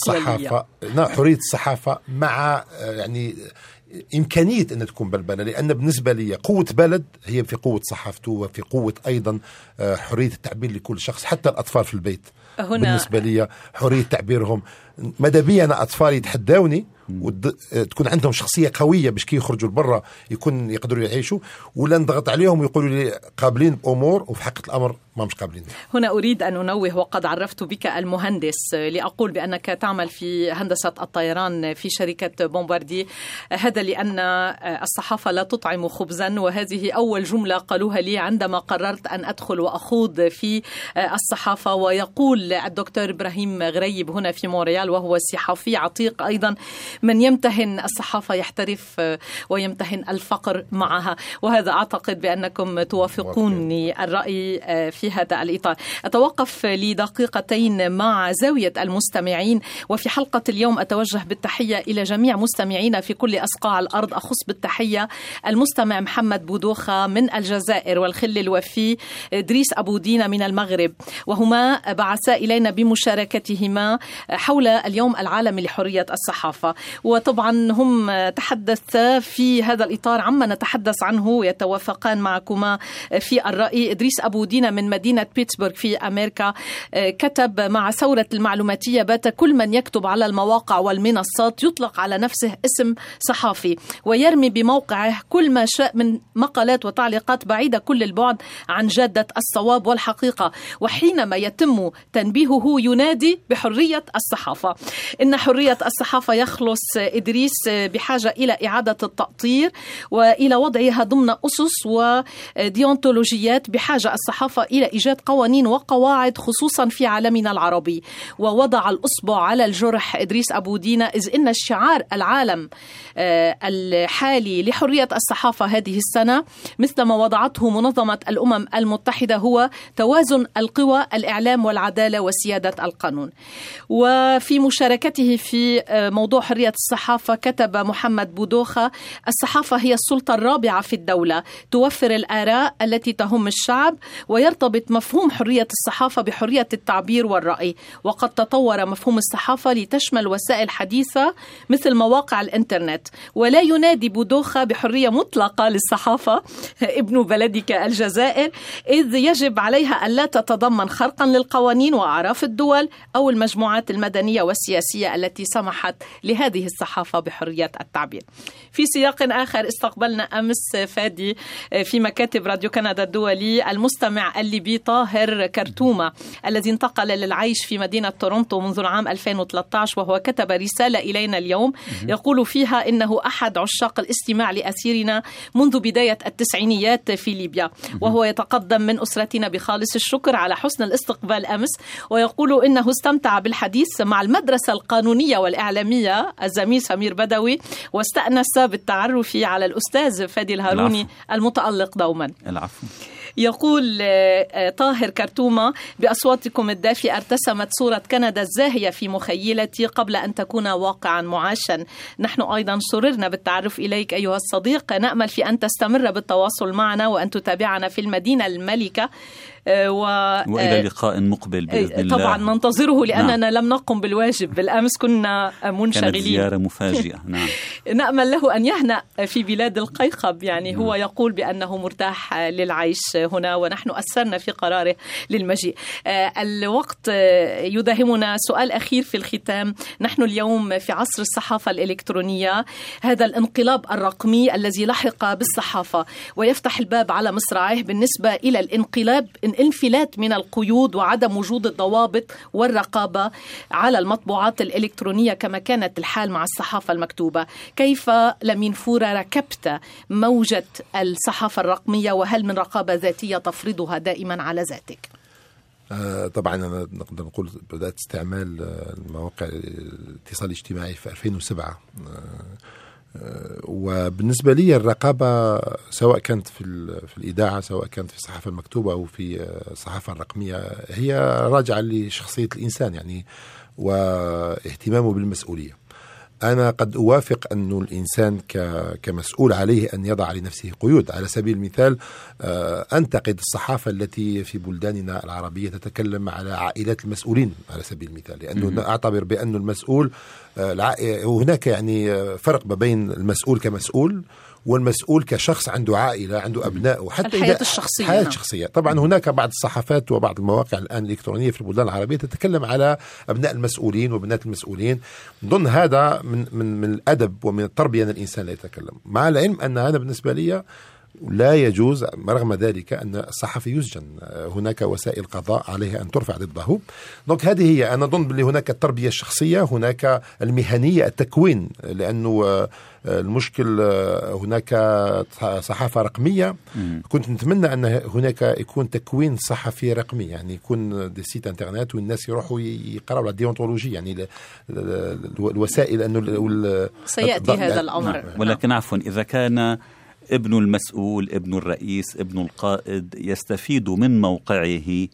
حرية الصحافة مع يعني إمكانية أن تكون بلبلة، لأن بالنسبة لي قوة بلد هي في قوة صحافته وفي قوة أيضا حرية التعبير لكل شخص، حتى الأطفال في البيت. بالنسبة لي حرية تعبيرهم، ماذا بي أنا أطفالي يتحدوني تكون عندهم شخصية قوية باش كي يخرجوا لبرا يكون يقدروا يعيشوا، ولا نضغط عليهم ويقولوا لي قابلين بأمور وفي حقيقة الأمر ما مش قابلين. هنا أريد أن أنوه، وقد عرفت بك المهندس، لأقول بأنك تعمل في هندسة الطيران في شركة بومباردي. هذا لأن الصحافة لا تطعم خبزا، وهذه أول جملة قالوها لي عندما قررت أن أدخل وأخوض في الصحافة. ويقول الدكتور إبراهيم غريب هنا في مونريال وهو صحفي عتيق أيضا، من يمتهن الصحافة يحترف ويمتهن الفقر معها، وهذا أعتقد بأنكم توافقوني الرأي في هذا الإطار. أتوقف لدقيقتين مع زاوية المستمعين، وفي حلقة اليوم أتوجه بالتحية إلى جميع مستمعينا في كل أصقاع الأرض. أخص بالتحية المستمع محمد بودوخة من الجزائر، والخل الوفي إدريس أبو دينا من المغرب، وهما بعثا إلينا بمشاركتهما حول اليوم العالمي لحرية الصحافة. وطبعا هم تحدث في هذا الإطار عما نتحدث عنه، يتوافقان معكما في الرأي. إدريس أبو دينا من مدينة بيتسبرغ في أمريكا كتب: مع ثورة المعلوماتية بات كل من يكتب على المواقع والمنصات يطلق على نفسه اسم صحافي ويرمي بموقعه كل ما شاء من مقالات وتعليقات بعيدة كل البعد عن جادة الصواب والحقيقة، وحينما يتم تنبيهه ينادي بحرية الصحافة. إن حرية الصحافة يخلص إدريس بحاجة إلى إعادة التأطير وإلى وضعها ضمن أسس وديونتولوجيات، بحاجة الصحافة إلى إيجاد قوانين وقواعد خصوصا في عالمنا العربي. ووضع الأصبع على الجرح إدريس أبو دينا، إذ إن الشعار العالم الحالي لحرية الصحافة هذه السنة مثل ما وضعته منظمة الأمم المتحدة هو توازن القوى، الإعلام والعدالة وسيادة القانون. وفي مشاركته في موضوع حرية الصحافة كتب محمد بودوخة: الصحافة هي السلطة الرابعة في الدولة، توفر الآراء التي تهم الشعب، ويرتبط مفهوم حرية الصحافة بحرية التعبير والرأي. وقد تطور مفهوم الصحافة لتشمل وسائل حديثة مثل مواقع الإنترنت. ولا ينادي بودوخة بحرية مطلقة للصحافة ابن بلدك الجزائر، إذ يجب عليها ألا تتضمن خرقا للقوانين وأعراف الدول أو المجموعات المدنية والسياسية التي سمحت لهذه الصحافة بحرية التعبير. في سياق آخر، استقبلنا أمس فادي في مكاتب راديو كندا الدولي المستمع الليبي طاهر كرتومة الذي انتقل للعيش في مدينة تورونتو منذ العام 2013، وهو كتب رسالة إلينا اليوم يقول فيها إنه أحد عشاق الاستماع لأثيرنا منذ بداية التسعينيات في ليبيا، وهو يتقدم من أسرتنا بخالص الشكر على حسن الاستقبال أمس، ويقول إنه استمتع بالحديث مع المدرسة القانونية والإعلامية الزميل سمير بدوي، واستأنس بالتعرف على الأستاذ فادي الهاروني المتألق دوما. العفو. يقول طاهر كرتومة: بأصواتكم الدافئة ارتسمت صورة كندا الزاهية في مخيلتي قبل أن تكون واقعا معاشا. نحن أيضا سررنا بالتعرف إليك أيها الصديق، نأمل في أن تستمر بالتواصل معنا وأن تتابعنا في المدينة الملكة وإلى لقاء مقبل بإذن الله. طبعا ننتظره لأننا لم نقم بالواجب بالأمس، كنا منشغلين. كانت زيارة مفاجئة. نعم. نأمل له أن يهنأ في بلاد القيقب، يعني هو يقول بأنه مرتاح للعيش هنا ونحن أسرنا في قراره للمجيء. الوقت يداهمنا. سؤال أخير في الختام: نحن اليوم في عصر الصحافة الإلكترونية، هذا الانقلاب الرقمي الذي لحق بالصحافة ويفتح الباب على مصراعيه بالنسبة إلى الانفلات من القيود وعدم وجود الضوابط والرقابة على المطبوعات الإلكترونية كما كانت الحال مع الصحافة المكتوبة. كيف لمين فورة ركبت موجة الصحافة الرقمية، وهل من رقابة ذاتية تفرضها دائما على ذاتك؟ طبعا أنا نقدر نقول بدأت استعمال مواقع الاتصال الاجتماعي في 2007، وبالنسبة لي الرقابة سواء كانت في الإذاعة سواء كانت في الصحافة المكتوبة أو في الصحافة الرقمية هي راجعة لشخصية الإنسان يعني واهتمامه بالمسؤولية. أنا قد أوافق أن الإنسان كمسؤول عليه أن يضع لنفسه قيود. على سبيل المثال أنتقد الصحافة التي في بلداننا العربية تتكلم على عائلات المسؤولين على سبيل المثال، لأنه أعتبر بأن المسؤول هناك يعني فرق بين المسؤول كمسؤول والمسؤول كشخص عنده عائلة عنده أبناء وحتى الحياة الشخصية. حياة شخصية. طبعا هناك بعض الصحافات وبعض المواقع الآن الإلكترونية في البلدان العربية تتكلم على أبناء المسؤولين وبنات المسؤولين. ضمن هذا من الأدب ومن التربية أن الإنسان لا يتكلم، مع العلم أن هذا بالنسبة لي لا يجوز. رغم ذلك أن الصحفي يسجن، هناك وسائل قضاء عليها أن ترفع ضده. دونك هذه هي، أنا أظن هناك التربية الشخصية، هناك المهنية، التكوين، لأنه المشكل هناك صحافة رقمية. كنت نتمنى أن هناك يكون تكوين صحفي رقمي، يعني يكون دي سيت انترنت والناس يروحوا يقرأوا على الديونتولوجيا، يعني الوسائل أنه سيأتي هذا الأمر. ولكن عفوا، إذا كان ابن المسؤول ابن الرئيس ابن القائد يستفيد من موقعه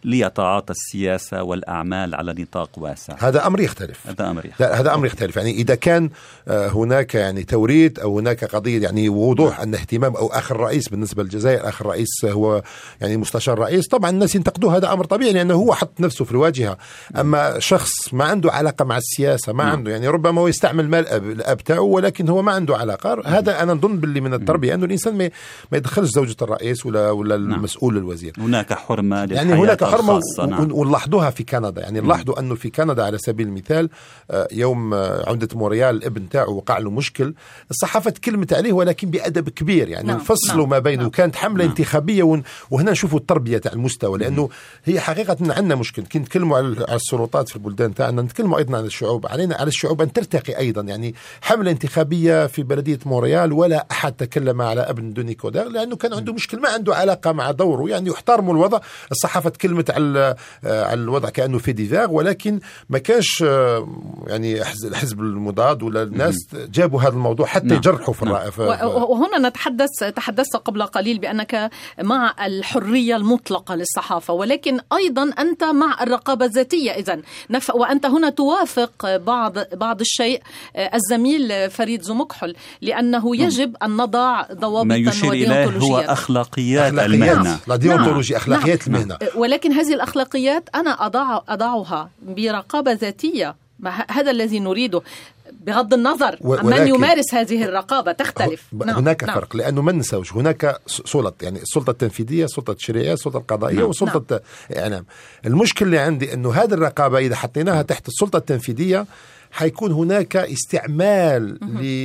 ليتعاطى السياسة والأعمال على نطاق واسع. هذا أمر يختلف. هذا أمر يختلف. يعني إذا كان هناك يعني توريد أو هناك قضية يعني وضوح أن اهتمام أو آخر رئيس بالنسبة للجزائر، آخر رئيس هو يعني مستشار رئيس، طبعا الناس ينتقدوه، هذا أمر طبيعي لأنه هو حط نفسه في الواجهة. أما شخص ما عنده علاقة مع السياسة، ما عنده يعني ربما هو يستعمل مال الأب تاعه ولكن هو ما عنده علاقة، هذا أنا نظن باللي من التربية أنه الإنسان ما يدخلش زوجة الرئيس ولا المسؤول الوزير. هناك حرمة يعني هناك حرمة ونلاحظوها في كندا. يعني نلاحظوا أنه في كندا على سبيل المثال يوم عودة موريال الابن تاعه وقع له مشكل، الصحافة تكلمت عليه ولكن بأدب كبير، يعني فصلوا ما بينه، وكانت حملة انتخابية. وهنا نشوفوا التربية تاع المستوى، لأنه هي حقيقة عندنا مشكل. كي نتكلموا على السلطات في البلدان تاعنا، نتكلموا أيضا عن الشعوب، علينا على الشعوب أن ترتقي أيضا. يعني حملة انتخابية في بلدية موريال ولا أحد تكلم على ابن دوني كودار لأنه كان عنده مشكل، ما عنده علاقة مع دوره، يعني يحترموا الوضع. الصحافة تكلمت على الوضع كأنه في ديفاغ، ولكن ما كانش يعني الحزب المضاد ولا الناس جابوا هذا الموضوع حتى يجرحوا في وهنا تحدثت قبل قليل بأنك مع الحرية المطلقة للصحافة، ولكن أيضا أنت مع الرقابة الذاتية. إذن وأنت هنا توافق بعض الشيء الزميل فريد زمكحل، لأنه يجب أن نضع ضوابط ما يشير إليه هو أخلاقيات المهنة، أخلاقيات المهنة. ولكن هذه الأخلاقيات أنا أضعها برقابة ذاتية. هذا الذي نريده بغض النظر من يمارس هذه الرقابة تختلف. هناك فرق، لأنه ما ننساوش هناك سلطة، يعني السلطة التنفيذية، السلطة التشريعية، السلطة القضائية، وسلطة الإعلام. المشكلة اللي عندي أنه هذه الرقابة إذا حطيناها تحت السلطة التنفيذية حيكون هناك استعمال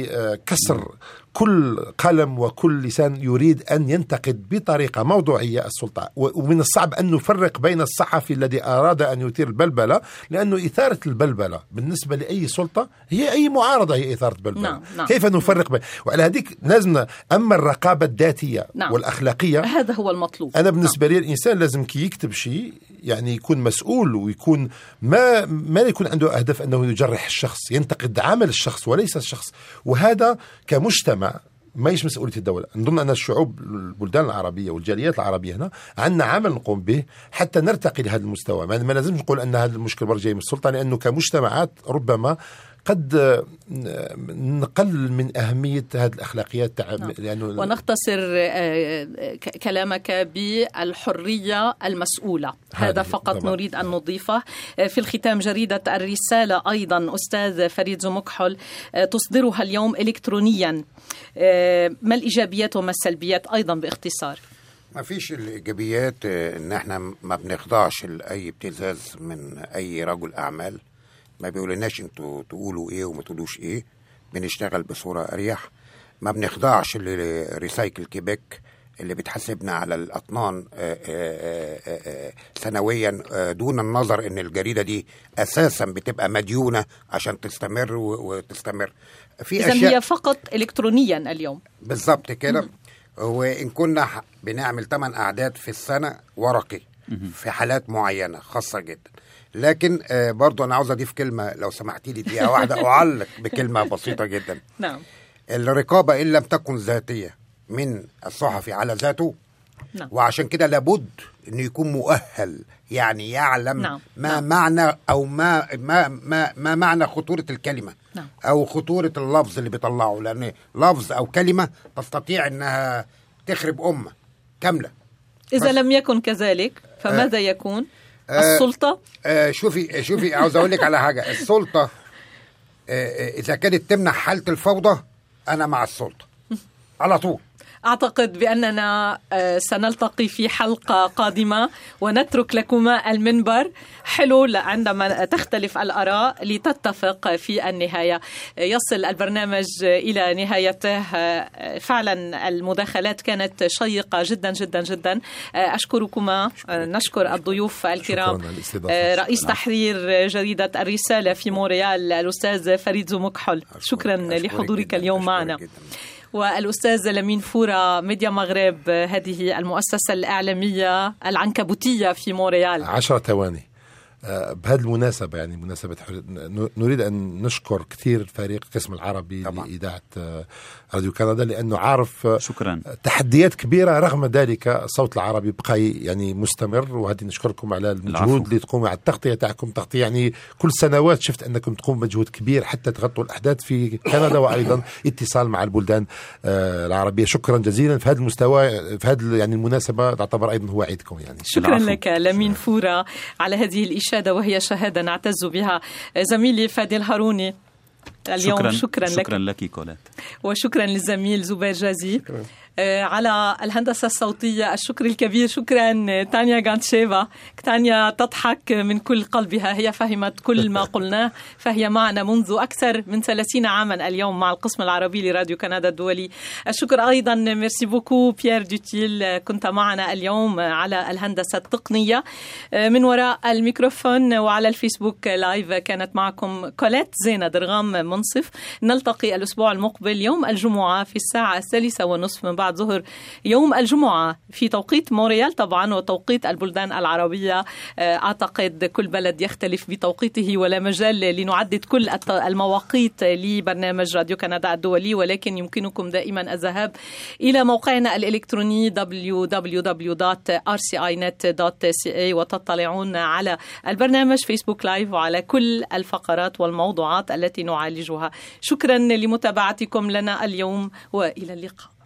لكسر كل قلم وكل لسان يريد أن ينتقد بطريقة موضوعية السلطة. ومن الصعب أن نفرق بين الصحفي الذي أراد أن يثير البلبلة، لأنه إثارة البلبلة بالنسبة لأي سلطة هي أي معارضة، هي إثارة البلبلة. كيف نفرق بين؟ وعلى هذيك لازم. أما الرقابة الذاتية والأخلاقية هذا هو المطلوب. أنا بالنسبة لي الإنسان لازم كي يكتب شيء يعني يكون مسؤول، ويكون ما يكون عنده هدف أنه يجرح الشخص، ينتقد عمل الشخص وليس الشخص. وهذا كمجتمع ما يش مسؤولية الدولة. نظن أن الشعوب البلدان العربية والجاليات العربية هنا عندنا عمل نقوم به حتى نرتقي لهذا المستوى. ما لازم نقول أن هذا المشكل جاي من السلطة، لأنه كمجتمعات ربما قد نقلل من أهمية هذه الأخلاقيات. ونختصر كلامك بالحرية المسؤولة، هذا فقط نريد أن نضيفه. في الختام جريدة الرسالة أيضا أستاذ فريد زمكحل تصدرها اليوم إلكترونيا، ما الإيجابيات وما السلبيات أيضا باختصار؟ ما فيش الإيجابيات إن احنا ما بنخضعش لأي ابتزاز من أي رجل أعمال، ما بيقولناش انتوا تقولوا ايه وما تقولوش ايه، بنشتغل بصورة اريح. ما بنخضعش لريسايكل كيبك اللي بتحاسبنا على الاطنان سنويا، دون النظر ان الجريدة دي اساسا بتبقى مديونة عشان تستمر وتستمر في اشياء. هي فقط الكترونيا اليوم بالضبط كده. وان كنا بنعمل 8 اعداد في السنة ورقي في حالات معينة خاصة جدا. لكن برضو أنا عاوز أضيف كلمة لو سمحتي لي دقيقة واحدة، أعلق بكلمة بسيطة جدا. نعم. الرقابة إن لم تكن ذاتية من الصحفي على ذاته، نعم. وعشان كده لابد إنه يكون مؤهل، يعني يعلم نعم. ما معنى أو ما معنى خطورة الكلمة، نعم. أو خطورة اللفظ اللي بيطلعه، لأن لفظ أو كلمة تستطيع إنها تخرب أمة كاملة. إذا لم يكن كذلك فماذا يكون؟ السلطة؟ شوفي عاوز أقول لك على حاجة. السلطة إذا كانت تمنع حالة الفوضى أنا مع السلطة على طول. أعتقد بأننا سنلتقي في حلقة قادمة ونترك لكما المنبر. حلو عندما تختلف الآراء لتتفق في النهاية. يصل البرنامج إلى نهايته. فعلا المداخلات كانت شيقة جدا جدا جدا. أشكركما. نشكر الضيوف الكرام، رئيس تحرير جريدة الرسالة في مونريال الأستاذ فريد زمكحل، شكرا لحضورك اليوم معنا. والأستاذ لمين فورا ميديا مغرب، هذه المؤسسة الإعلامية العنكبوتية في مونريال. 10 ثواني. بهذه المناسبة يعني مناسبة نريد أن نشكر كثير فريق قسم العربي طبعا. لإذاعة راديو كندا، لأنه عارف شكرا. تحديات كبيرة، رغم ذلك الصوت العربي بقى يعني مستمر. وهذه نشكركم على المجهود اللي تقوموا على التغطية تاعكم، تغطية يعني كل سنوات شفت أنكم تقوم مجهود كبير حتى تغطوا الأحداث في كندا وأيضا اتصال مع البلدان العربية. شكرا جزيلا في هذا المستوى، في هذا يعني المناسبة تعتبر أيضا هو عيدكم يعني. شكرا لك لمين فورا على هذه الإشادة، وهي شهادة نعتز بها. زميلي فادي الهاروني اليوم شكرا لك كولات، وشكرا للزميل زبير جازي على الهندسة الصوتية. الشكر الكبير شكرا تانيا غانتشيفا. تانيا تضحك من كل قلبها، هي فهمت كل ما قلناه، فهي معنا منذ أكثر من 30 عاما اليوم مع القسم العربي لراديو كندا الدولي. الشكر أيضا ميرسي بوكو بيير دوتيل، كنت معنا اليوم على الهندسة التقنية من وراء الميكروفون، وعلى الفيسبوك لايف كانت معكم كولات زينة درغام منصف. نلتقي الأسبوع المقبل يوم الجمعة في الساعة 3:30 من بعد ظهر يوم الجمعة في توقيت مونريال طبعا وتوقيت البلدان العربية. أعتقد كل بلد يختلف بتوقيته، ولا مجال لنعدد كل المواقيت لبرنامج راديو كندا الدولي، ولكن يمكنكم دائما الذهاب إلى موقعنا الإلكتروني www.rcinet.ca وتطلعون على البرنامج فيسبوك لايف وعلى كل الفقرات والموضوعات التي نعالجها. شكرا لمتابعتكم لنا اليوم، وإلى اللقاء.